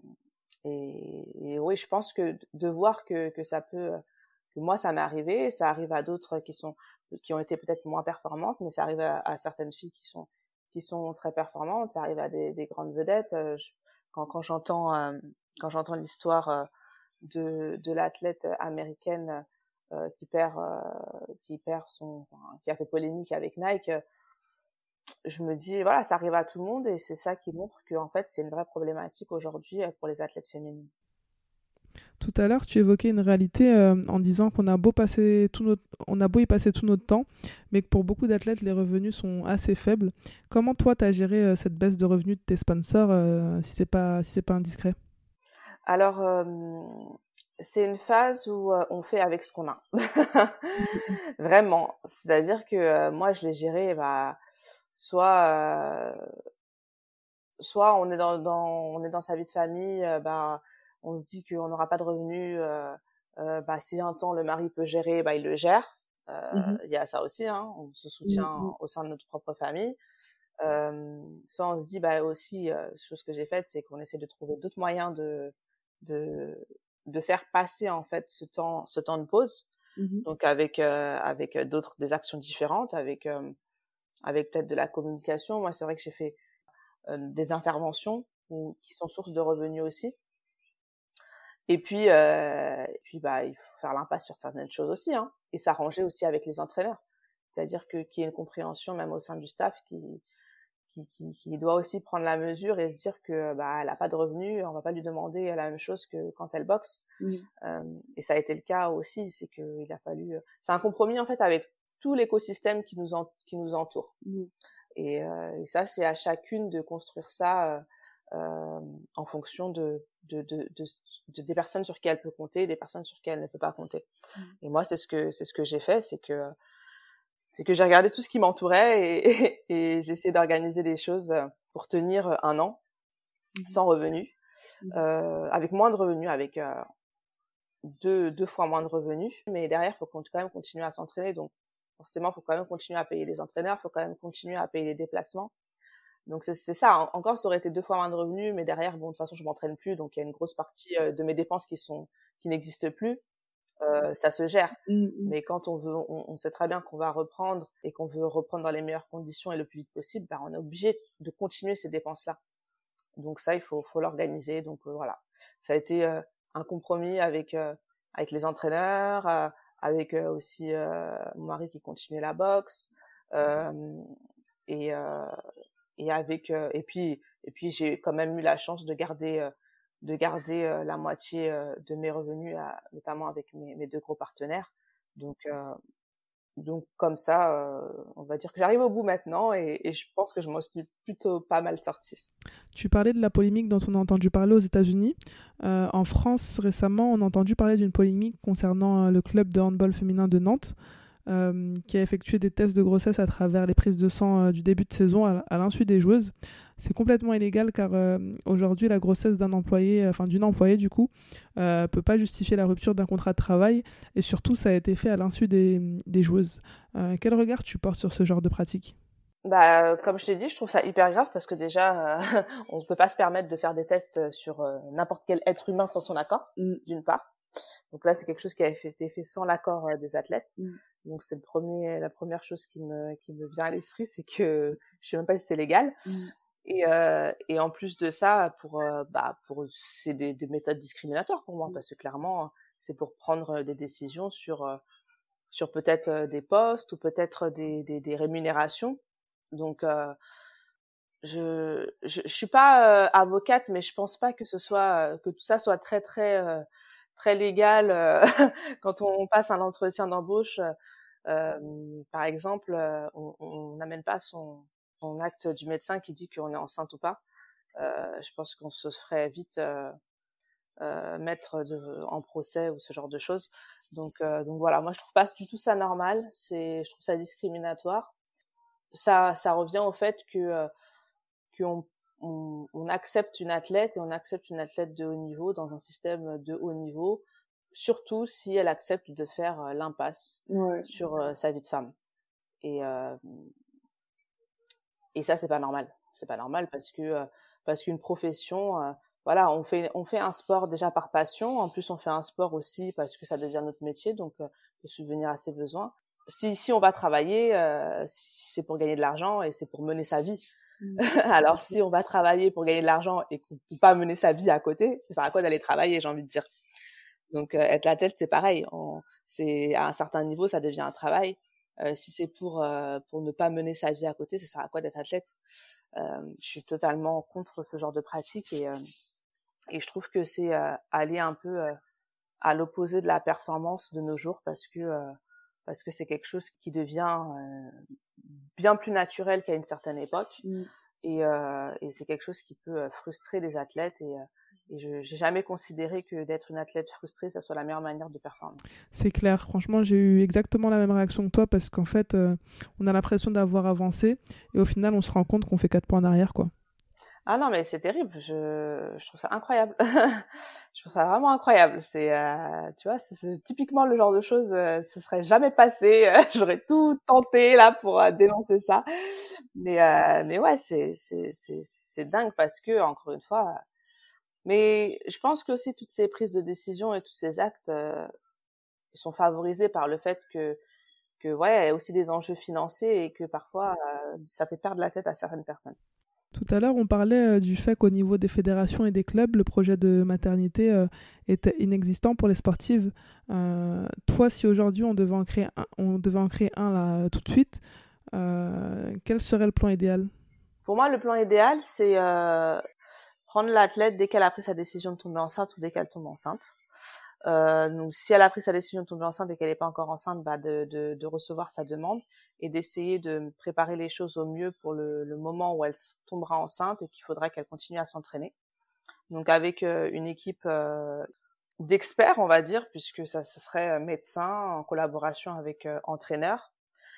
Speaker 10: et, et oui, je pense que de voir que que ça peut, que moi ça m'est arrivé, ça arrive à d'autres qui sont qui ont été peut-être moins performantes, mais ça arrive à, à certaines filles qui sont qui sont très performantes. Ça arrive à des, des grandes vedettes. Euh, je, quand quand j'entends euh, quand j'entends l'histoire euh, de de l'athlète américaine euh, qui perd euh, qui perd son enfin, qui a fait polémique avec Nike, euh, je me dis voilà, ça arrive à tout le monde et c'est ça qui montre que en fait c'est une vraie problématique aujourd'hui pour les athlètes féminines.
Speaker 1: Tout à l'heure, tu évoquais une réalité euh, en disant qu'on a beau passer tout notre on a beau y passer tout notre temps, mais que pour beaucoup d'athlètes les revenus sont assez faibles. Comment toi tu as géré euh, cette baisse de revenus de tes sponsors euh, si c'est pas si c'est pas indiscret?
Speaker 10: Alors, euh, c'est une phase où euh, on fait avec ce qu'on a. Vraiment. C'est-à-dire que euh, moi, je l'ai géré, bah, soit, euh, soit on est dans, dans, on est dans sa vie de famille, euh, bah, on se dit qu'on n'aura pas de revenus, euh, euh, bah, si un temps le mari peut gérer, bah, il le gère. Euh, mm-hmm. Il y a ça aussi, hein, on se soutient mm-hmm. au sein de notre propre famille. Euh, soit on se dit, bah, aussi, euh, chose que j'ai faite, c'est qu'on essaie de trouver d'autres moyens de, de de faire passer en fait ce temps ce temps de pause mmh. donc avec euh, avec d'autres des actions différentes avec euh, avec peut-être de la communication. Moi c'est vrai que j'ai fait euh, des interventions où, qui sont source de revenus aussi et puis euh, et puis bah il faut faire l'impasse sur certaines choses aussi hein et s'arranger aussi avec les entraîneurs, c'est-à-dire que qu'il y ait une compréhension même au sein du staff qui Qui, qui, qui doit aussi prendre la mesure et se dire que bah elle a pas de revenus, on va pas lui demander la même chose que quand elle boxe. Mmh. Euh, et ça a été le cas aussi, c'est que il a fallu, c'est un compromis en fait avec tout l'écosystème qui nous en, qui nous entoure. Mmh. Et, euh, et ça c'est à chacune de construire ça euh, euh, en fonction de, de, de, de, de des personnes sur qui elle peut compter, des personnes sur qui elle ne peut pas compter. Mmh. Et moi c'est ce que c'est ce que j'ai fait, c'est que c'est que j'ai regardé tout ce qui m'entourait et, et, et j'ai essayé d'organiser des choses pour tenir un an mmh. sans revenus, mmh. euh, avec moins de revenus, avec euh, deux, deux fois moins de revenus. Mais derrière, il faut quand même continuer à s'entraîner. Donc, forcément, il faut quand même continuer à payer les entraîneurs, il faut quand même continuer à payer les déplacements. Donc, c'est, c'est ça. Encore, ça aurait été deux fois moins de revenus, mais derrière, bon, de toute façon, je m'entraîne plus. Donc, il y a une grosse partie euh, de mes dépenses qui sont qui n'existent plus. Euh, ça se gère, mmh. mais quand on veut, on, on sait très bien qu'on va reprendre et qu'on veut reprendre dans les meilleures conditions et le plus vite possible, bah on est obligé de continuer ces dépenses-là. Donc ça, il faut, faut l'organiser. Donc euh, voilà, ça a été euh, un compromis avec euh, avec les entraîneurs, euh, avec euh, aussi euh, mon mari qui continuait la boxe euh, et euh, et avec euh, et puis et puis j'ai quand même eu la chance de garder euh, de garder euh, la moitié euh, de mes revenus, à, notamment avec mes, mes deux gros partenaires. Donc, euh, donc comme ça, euh, on va dire que j'arrive au bout maintenant et, et je pense que je m'en suis plutôt pas mal sortie.
Speaker 1: Tu parlais de la polémique dont on a entendu parler aux États-Unis. Euh, en France, récemment, on a entendu parler d'une polémique concernant euh, le club de handball féminin de Nantes, euh, qui a effectué des tests de grossesse à travers les prises de sang euh, du début de saison à, à l'insu des joueuses. C'est complètement illégal car euh, aujourd'hui la grossesse d'un employé, enfin d'une employée du coup, euh, peut pas justifier la rupture d'un contrat de travail et surtout ça a été fait à l'insu des, des joueuses. Euh, quel regard tu portes sur ce genre de pratique ?
Speaker 10: Bah, comme je t'ai dit, je trouve ça hyper grave parce que déjà, euh, on ne peut pas se permettre de faire des tests sur euh, n'importe quel être humain sans son accord, mmh. d'une part. Donc là, c'est quelque chose qui a été fait sans l'accord euh, des athlètes. Mmh. Donc c'est le premier, la première chose qui me qui me vient à l'esprit, c'est que je sais même pas si c'est légal. Mmh. Et, euh, et en plus de ça, pour euh, bah pour c'est des, des méthodes discriminatoires pour moi, mmh. parce que clairement, c'est pour prendre des décisions sur euh, sur peut-être des postes ou peut-être des des, des rémunérations. Donc euh, je, je je suis pas euh, avocate, mais je pense pas que ce soit que tout ça soit très très euh, très légal euh, quand on passe un entretien d'embauche. Euh, par exemple, on n'amène pas son son acte du médecin qui dit qu'on est enceinte ou pas. Euh, je pense qu'on se ferait vite euh, euh, mettre de, en procès ou ce genre de choses. Donc, euh, donc voilà, moi je trouve pas du tout ça normal. C'est, je trouve ça discriminatoire. Ça, ça revient au fait que euh, qu'on on, on accepte une athlète et on accepte une athlète de haut niveau dans un système de haut niveau, surtout si elle accepte de faire euh, l'impasse
Speaker 8: ouais.
Speaker 10: sur euh, sa vie de femme. Et euh, et ça c'est pas normal. C'est pas normal parce que euh, parce qu'une profession, euh, voilà, on fait on fait un sport déjà par passion. En plus, on fait un sport aussi parce que ça devient notre métier, donc euh, de subvenir à ses besoins. Si si on va travailler, euh, c'est pour gagner de l'argent et c'est pour mener sa vie. Mmh. Alors si on va travailler pour gagner de l'argent et qu'on peut pas mener sa vie à côté, ça sert à quoi d'aller travailler, j'ai envie de dire. Donc euh, être athlète, c'est pareil. On, c'est à un certain niveau, ça devient un travail. Euh, si c'est pour euh, pour ne pas mener sa vie à côté, ça sert à quoi d'être athlète? Euh, je suis totalement contre ce genre de pratique et euh, et je trouve que c'est euh, aller un peu euh, à l'opposé de la performance de nos jours parce que euh, parce que c'est quelque chose qui devient euh, bien plus naturel qu'à une certaine époque mmh. et euh, et c'est quelque chose qui peut frustrer les athlètes et euh, Et je j'ai jamais considéré que d'être une athlète frustrée, ça soit la meilleure manière de performer.
Speaker 1: C'est clair. Franchement, j'ai eu exactement la même réaction que toi parce qu'en fait, euh, on a l'impression d'avoir avancé et au final, on se rend compte qu'on fait quatre points en arrière, quoi.
Speaker 10: Ah non, mais c'est terrible. Je, je trouve ça incroyable. Je trouve ça vraiment incroyable. C'est, euh, tu vois, c'est, c'est typiquement le genre de choses, euh, ce serait jamais passé. Euh, j'aurais tout tenté là pour euh, dénoncer ça. Mais, euh, mais ouais, c'est, c'est, c'est, c'est dingue parce que encore une fois. Euh, Mais je pense que aussi toutes ces prises de décision et tous ces actes euh, sont favorisés par le fait que que ouais, il y a aussi des enjeux financiers et que parfois euh, ça fait perdre la tête à certaines personnes.
Speaker 1: Tout à l'heure, on parlait euh, du fait qu'au niveau des fédérations et des clubs, le projet de maternité euh, était inexistant pour les sportives. Euh, toi, si aujourd'hui on devait en créer un, on devait en créer un là tout de suite, euh, quel serait le plan idéal?
Speaker 10: Pour moi, le plan idéal, c'est euh, prendre l'athlète dès qu'elle a pris sa décision de tomber enceinte ou dès qu'elle tombe enceinte. Euh, donc, si elle a pris sa décision de tomber enceinte et qu'elle n'est pas encore enceinte, bah de, de, de recevoir sa demande et d'essayer de préparer les choses au mieux pour le, le moment où elle tombera enceinte et qu'il faudra qu'elle continue à s'entraîner. Donc, avec euh, une équipe euh, d'experts, on va dire, puisque ça, ce serait médecin en collaboration avec euh, entraîneur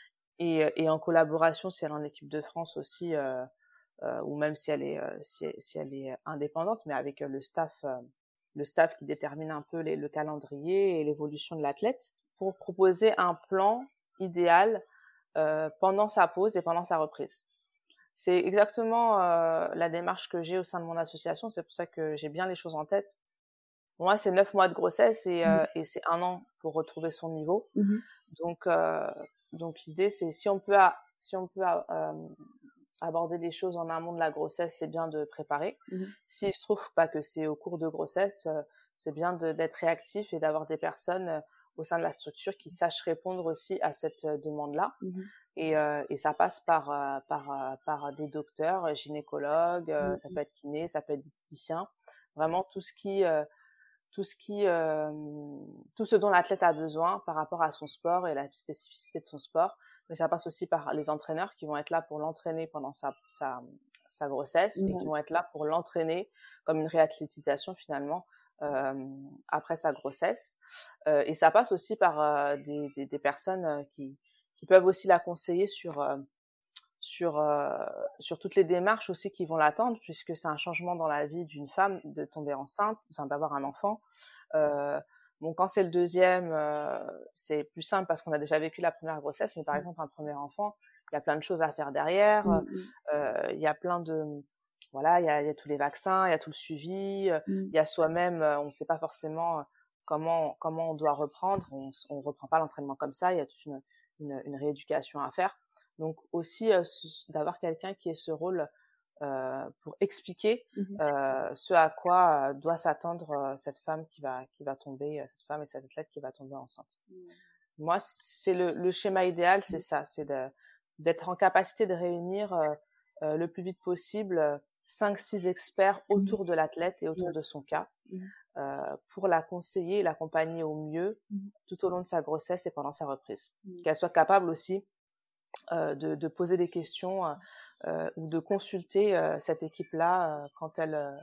Speaker 10: et, et en collaboration, si elle est en équipe de France aussi. Euh, Euh, ou même si elle est euh, si, si elle est indépendante, mais avec euh, le staff euh, le staff qui détermine un peu les, le calendrier et l'évolution de l'athlète pour proposer un plan idéal euh, pendant sa pause et pendant sa reprise. C'est exactement euh, la démarche que j'ai au sein de mon association. C'est pour ça que j'ai bien les choses en tête. Pour moi, c'est neuf mois de grossesse et, euh, mmh. et c'est un an pour retrouver son niveau. Mmh. Donc euh, donc l'idée, c'est si on peut à, si on peut à, euh, aborder les choses en amont de la grossesse, c'est bien de préparer. Mmh. S'il se trouve pas que c'est au cours de grossesse, euh, c'est bien de, d'être réactif et d'avoir des personnes euh, au sein de la structure qui sachent répondre aussi à cette euh, demande-là. Mmh. Et, euh, et ça passe par, euh, par, euh, par des docteurs, gynécologues, euh, mmh. ça peut être kiné, ça peut être diététicien. Vraiment tout ce qui, euh, tout ce qui, euh, tout ce dont l'athlète a besoin par rapport à son sport et la spécificité de son sport. Mais ça passe aussi par les entraîneurs qui vont être là pour l'entraîner pendant sa, sa, sa grossesse mmh. et qui vont être là pour l'entraîner comme une réathlétisation finalement euh, après sa grossesse. Euh, et ça passe aussi par euh, des, des, des personnes euh, qui, qui peuvent aussi la conseiller sur, euh, sur, euh, sur toutes les démarches aussi qui vont l'attendre puisque c'est un changement dans la vie d'une femme de tomber enceinte, enfin d'avoir un enfant. Euh, Bon, quand c'est le deuxième, euh, c'est plus simple parce qu'on a déjà vécu la première grossesse, mais par exemple, un premier enfant, il y a plein de choses à faire derrière, mmh. euh, il y a plein de, voilà, il y a, il y a tous les vaccins, il y a tout le suivi, mmh. il y a soi-même, on ne sait pas forcément comment, comment on doit reprendre, on ne reprend pas l'entraînement comme ça, il y a toute une, une, une rééducation à faire. Donc aussi, euh, d'avoir quelqu'un qui ait ce rôle Euh, pour expliquer mmh. euh, ce à quoi euh, doit s'attendre euh, cette femme qui va qui va tomber, euh, cette femme et cette athlète qui va tomber enceinte. Mmh. Moi, c'est le, le schéma idéal, c'est mmh. ça, c'est de, d'être en capacité de réunir euh, euh, le plus vite possible cinq, six experts autour mmh. de l'athlète et autour mmh. de son cas mmh. euh, pour la conseiller et l'accompagner au mieux mmh. tout au long de sa grossesse et pendant sa reprise. Mmh. Qu'elle soit capable aussi euh, de, de poser des questions. Euh, Euh, ou de consulter euh, cette équipe-là euh, quand elle euh,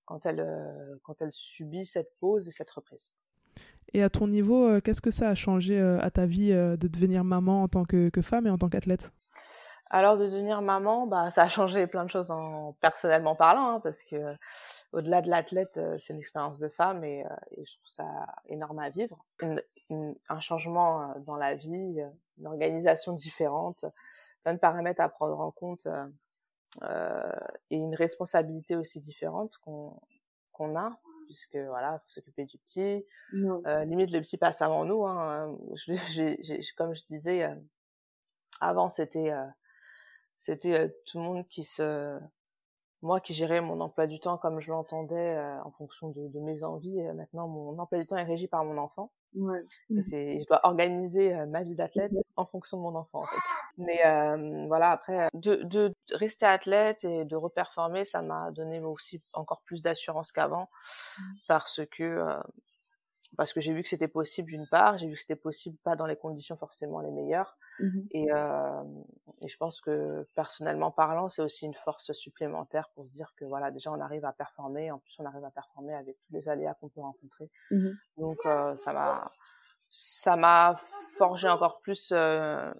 Speaker 10: quand elle euh, quand elle subit cette pause et cette reprise.
Speaker 1: Et à ton niveau, euh, qu'est-ce que ça a changé euh, à ta vie euh, de devenir maman en tant que, que femme et en tant qu'athlète?
Speaker 10: Alors de devenir maman, bah ça a changé plein de choses en personnellement parlant, hein, parce que euh, au-delà de l'athlète, euh, c'est une expérience de femme et, euh, et je trouve ça énorme à vivre. Une, une, un changement euh, dans la vie, euh, une organisation différente, plein de paramètres à prendre en compte euh, euh, et une responsabilité aussi différente qu'on qu'on a, puisque voilà, faut s'occuper du petit. Mmh. Euh, limite le petit passe avant nous. Hein. Je, j'ai, j'ai, comme je disais, euh, avant c'était euh, c'était euh, tout le monde qui se, moi qui gérais mon emploi du temps comme je l'entendais euh, en fonction de, de mes envies. Et maintenant mon emploi du temps est régi par mon enfant. Ouais. Et c'est, je dois organiser euh, ma vie d'athlète en fonction de mon enfant en fait. Mais euh, voilà, après de, de rester athlète et de reperformer, ça m'a donné aussi encore plus d'assurance qu'avant, mmh. parce que euh, parce que j'ai vu que c'était possible d'une part, j'ai vu que c'était possible pas dans les conditions forcément les meilleures. Mmh. Et, euh, et je pense que personnellement parlant, c'est aussi une force supplémentaire pour se dire que voilà, déjà on arrive à performer, en plus on arrive à performer avec tous les aléas qu'on peut rencontrer. Mmh. Donc euh, ça m'a ça m'a forgé encore plus euh,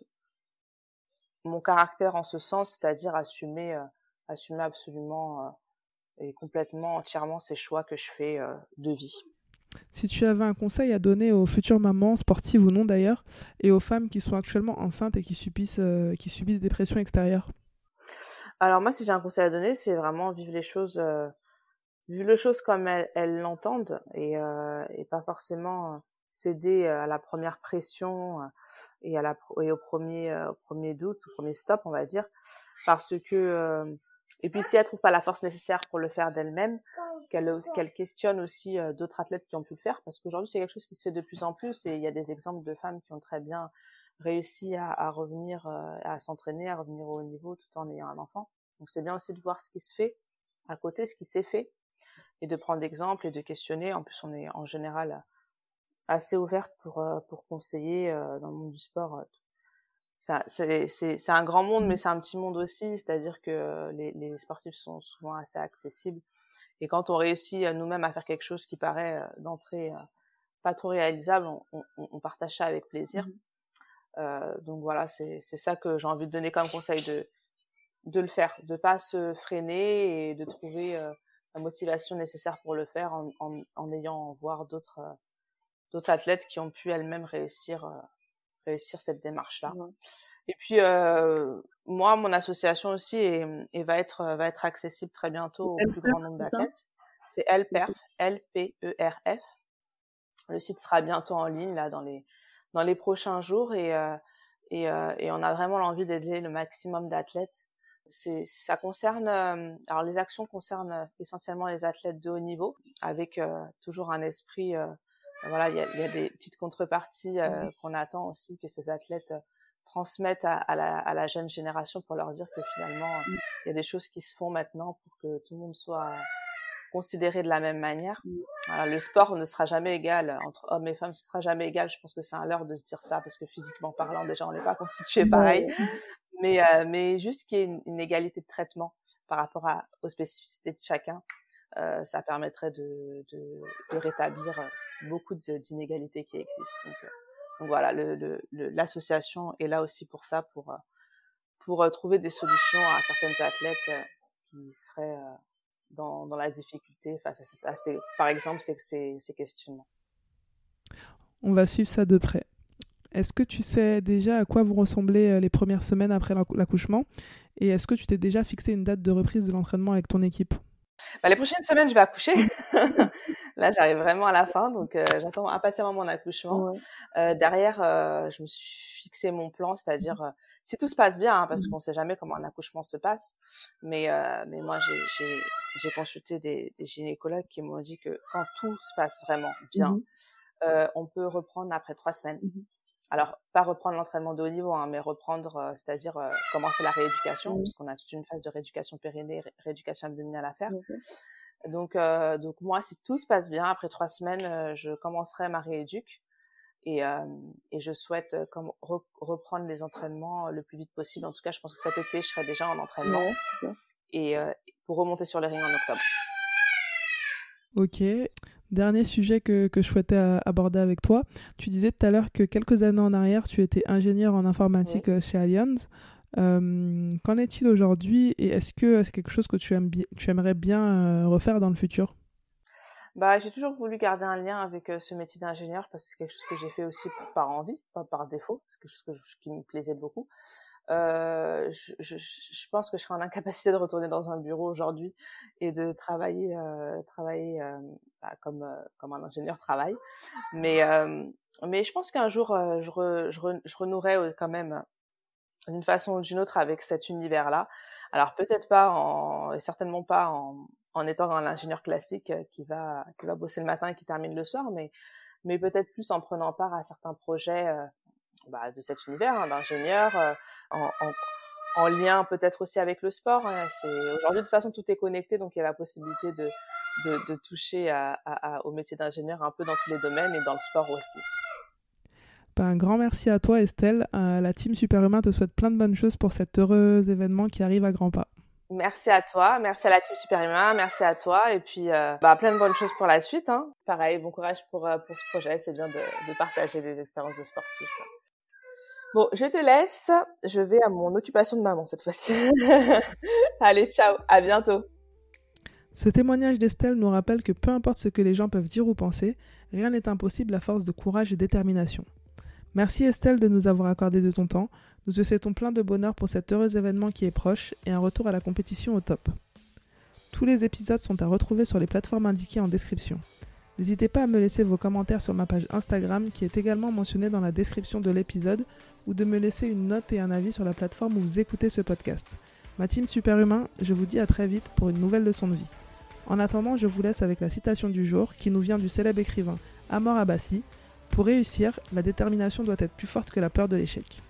Speaker 10: mon caractère en ce sens, c'est-à-dire assumer euh, assumer absolument euh, et complètement entièrement ces choix que je fais euh, de vie.
Speaker 1: Si tu avais un conseil à donner aux futures mamans, sportives ou non d'ailleurs, et aux femmes qui sont actuellement enceintes et qui subissent, euh, qui subissent des pressions extérieures?
Speaker 10: Alors moi, si j'ai un conseil à donner, c'est vraiment vivre les choses, euh, vivre les choses comme elles, elles l'entendent et, euh, et pas forcément céder à la première pression et, à la, et au, premier, au premier doute, au premier stop, on va dire, parce que... Euh, Et puis si elle trouve pas la force nécessaire pour le faire d'elle-même, qu'elle, qu'elle questionne aussi euh, d'autres athlètes qui ont pu le faire, parce qu'aujourd'hui c'est quelque chose qui se fait de plus en plus et il y a des exemples de femmes qui ont très bien réussi à, à revenir, euh, à s'entraîner, à revenir au haut niveau tout en ayant un enfant. Donc c'est bien aussi de voir ce qui se fait à côté, ce qui s'est fait, et de prendre l'exemple et de questionner. En plus on est en général assez ouverte pour euh, pour conseiller euh, dans le monde du sport. Euh, Ça, c'est, c'est, c'est un grand monde, mais c'est un petit monde aussi, c'est-à-dire que les, les sportifs sont souvent assez accessibles. Et quand on réussit nous-mêmes à faire quelque chose qui paraît d'entrée pas trop réalisable, on, on, on partage ça avec plaisir. Mmh. Euh, donc voilà, c'est, c'est ça que j'ai envie de donner comme conseil, de, de le faire, de pas se freiner et de trouver euh, la motivation nécessaire pour le faire en, en, en ayant voir d'autres, euh, d'autres athlètes qui ont pu elles-mêmes réussir euh, réussir cette démarche-là. Ouais. Et puis euh, moi, mon association aussi est, est, va être va être accessible très bientôt au plus grand nombre d'athlètes. C'est L P E R F, L P E R F. Le site sera bientôt en ligne là dans les dans les prochains jours et euh, et, euh, et on a vraiment l'envie d'aider le maximum d'athlètes. C'est ça concerne euh, alors les actions concernent essentiellement les athlètes de haut niveau avec euh, toujours un esprit euh, voilà, il y a, y a des petites contreparties euh, mmh. qu'on attend aussi que ces athlètes euh, transmettent à, à, la, à la jeune génération pour leur dire que finalement, il mmh. y a des choses qui se font maintenant pour que tout le monde soit considéré de la même manière. Mmh. Voilà, le sport ne sera jamais égal entre hommes et femmes, ce sera jamais égal. Je pense que c'est un leurre de se dire ça parce que physiquement parlant, déjà, on n'est pas constitué pareil. Mmh. Mais, euh, mais juste qu'il y ait une, une égalité de traitement par rapport à, aux spécificités de chacun. Euh, ça permettrait de, de, de rétablir beaucoup d'inégalités qui existent. Donc, euh, donc voilà, le, le, le, l'association est là aussi pour ça, pour, pour euh, trouver des solutions à certaines athlètes euh, qui seraient euh, dans, dans la difficulté face à, à ces, par exemple, ces, ces, ces questionnements.
Speaker 1: On va suivre ça de près. Est-ce que tu sais déjà à quoi vont ressembler les premières semaines après l'accouchement ? Et est-ce que tu t'es déjà fixé une date de reprise de l'entraînement avec ton équipe ?
Speaker 10: Bah, les prochaines semaines, je vais accoucher. Là, j'arrive vraiment à la fin, donc euh, j'attends impatiemment mon accouchement. Ouais. Euh, derrière, euh, je me suis fixé mon plan, c'est-à-dire euh, si tout se passe bien, hein, parce mmh. qu'on sait jamais comment un accouchement se passe, mais euh, mais moi, j'ai j'ai j'ai consulté des, des gynécologues qui m'ont dit que quand tout se passe vraiment bien, mmh. euh, on peut reprendre après trois semaines. Mmh. Alors, pas reprendre l'entraînement de haut niveau, hein, mais reprendre, euh, c'est-à-dire euh, commencer la rééducation, mmh. puisqu'on a toute une phase de rééducation périnée, ré- rééducation abdominale à faire. Mmh. Donc, euh, donc moi, si tout se passe bien, après trois semaines, euh, je commencerai ma rééduque et, euh, et je souhaite euh, comme re- reprendre les entraînements le plus vite possible. En tout cas, je pense que cet été, je serai déjà en entraînement mmh. et euh, pour remonter sur les rings en octobre.
Speaker 1: Ok. Dernier sujet que, que je souhaitais aborder avec toi. Tu disais tout à l'heure que quelques années en arrière, tu étais ingénieur en informatique oui. chez Allianz. Euh, qu'en est-il aujourd'hui et est-ce que c'est quelque chose que tu, aimes bi- tu aimerais bien euh, refaire dans le futur ?
Speaker 10: Bah, j'ai toujours voulu garder un lien avec euh, ce métier d'ingénieur parce que c'est quelque chose que j'ai fait aussi par envie, pas par défaut. C'est quelque chose que je, qui me plaisait beaucoup. Euh, je, je, je pense que je serais en incapacité de retourner dans un bureau aujourd'hui et de travailler, euh, travailler euh, bah, comme euh, comme un ingénieur travaille. Mais euh, mais je pense qu'un jour euh, je, re, je, re, je renouerai quand même d'une façon ou d'une autre avec cet univers-là. Alors peut-être pas en, et certainement pas en, en étant un ingénieur classique qui va qui va bosser le matin et qui termine le soir, mais mais peut-être plus en prenant part à certains projets. Euh, Bah, de cet univers hein, d'ingénieur euh, en, en, en lien peut-être aussi avec le sport hein. C'est aujourd'hui de toute façon tout est connecté, donc il y a la possibilité de de, de toucher à, à, à, au métier d'ingénieur un peu dans tous les domaines et dans le sport aussi.
Speaker 1: Ben, un grand merci à toi Estelle. Euh, la team Superhumain te souhaite plein de bonnes choses pour cet heureux événement qui arrive à grands pas.
Speaker 10: Merci à toi, merci à la team Superhumain, merci à toi et puis euh, bah, plein de bonnes choses pour la suite hein. Pareil, bon courage pour, pour ce projet, c'est bien de, de partager des expériences de sportifs. Bon, je te laisse. Je vais à mon occupation de maman cette fois-ci. Allez, ciao, à bientôt.
Speaker 1: Ce témoignage d'Estelle nous rappelle que peu importe ce que les gens peuvent dire ou penser, rien n'est impossible à force de courage et détermination. Merci Estelle de nous avoir accordé de ton temps. Nous te souhaitons plein de bonheur pour cet heureux événement qui est proche et un retour à la compétition au top. Tous les épisodes sont à retrouver sur les plateformes indiquées en description. N'hésitez pas à me laisser vos commentaires sur ma page Instagram qui est également mentionnée dans la description de l'épisode ou de me laisser une note et un avis sur la plateforme où vous écoutez ce podcast. Ma team Superhumain, je vous dis à très vite pour une nouvelle leçon de vie. En attendant, je vous laisse avec la citation du jour qui nous vient du célèbre écrivain Amor Abbasi. Pour réussir, la détermination doit être plus forte que la peur de l'échec.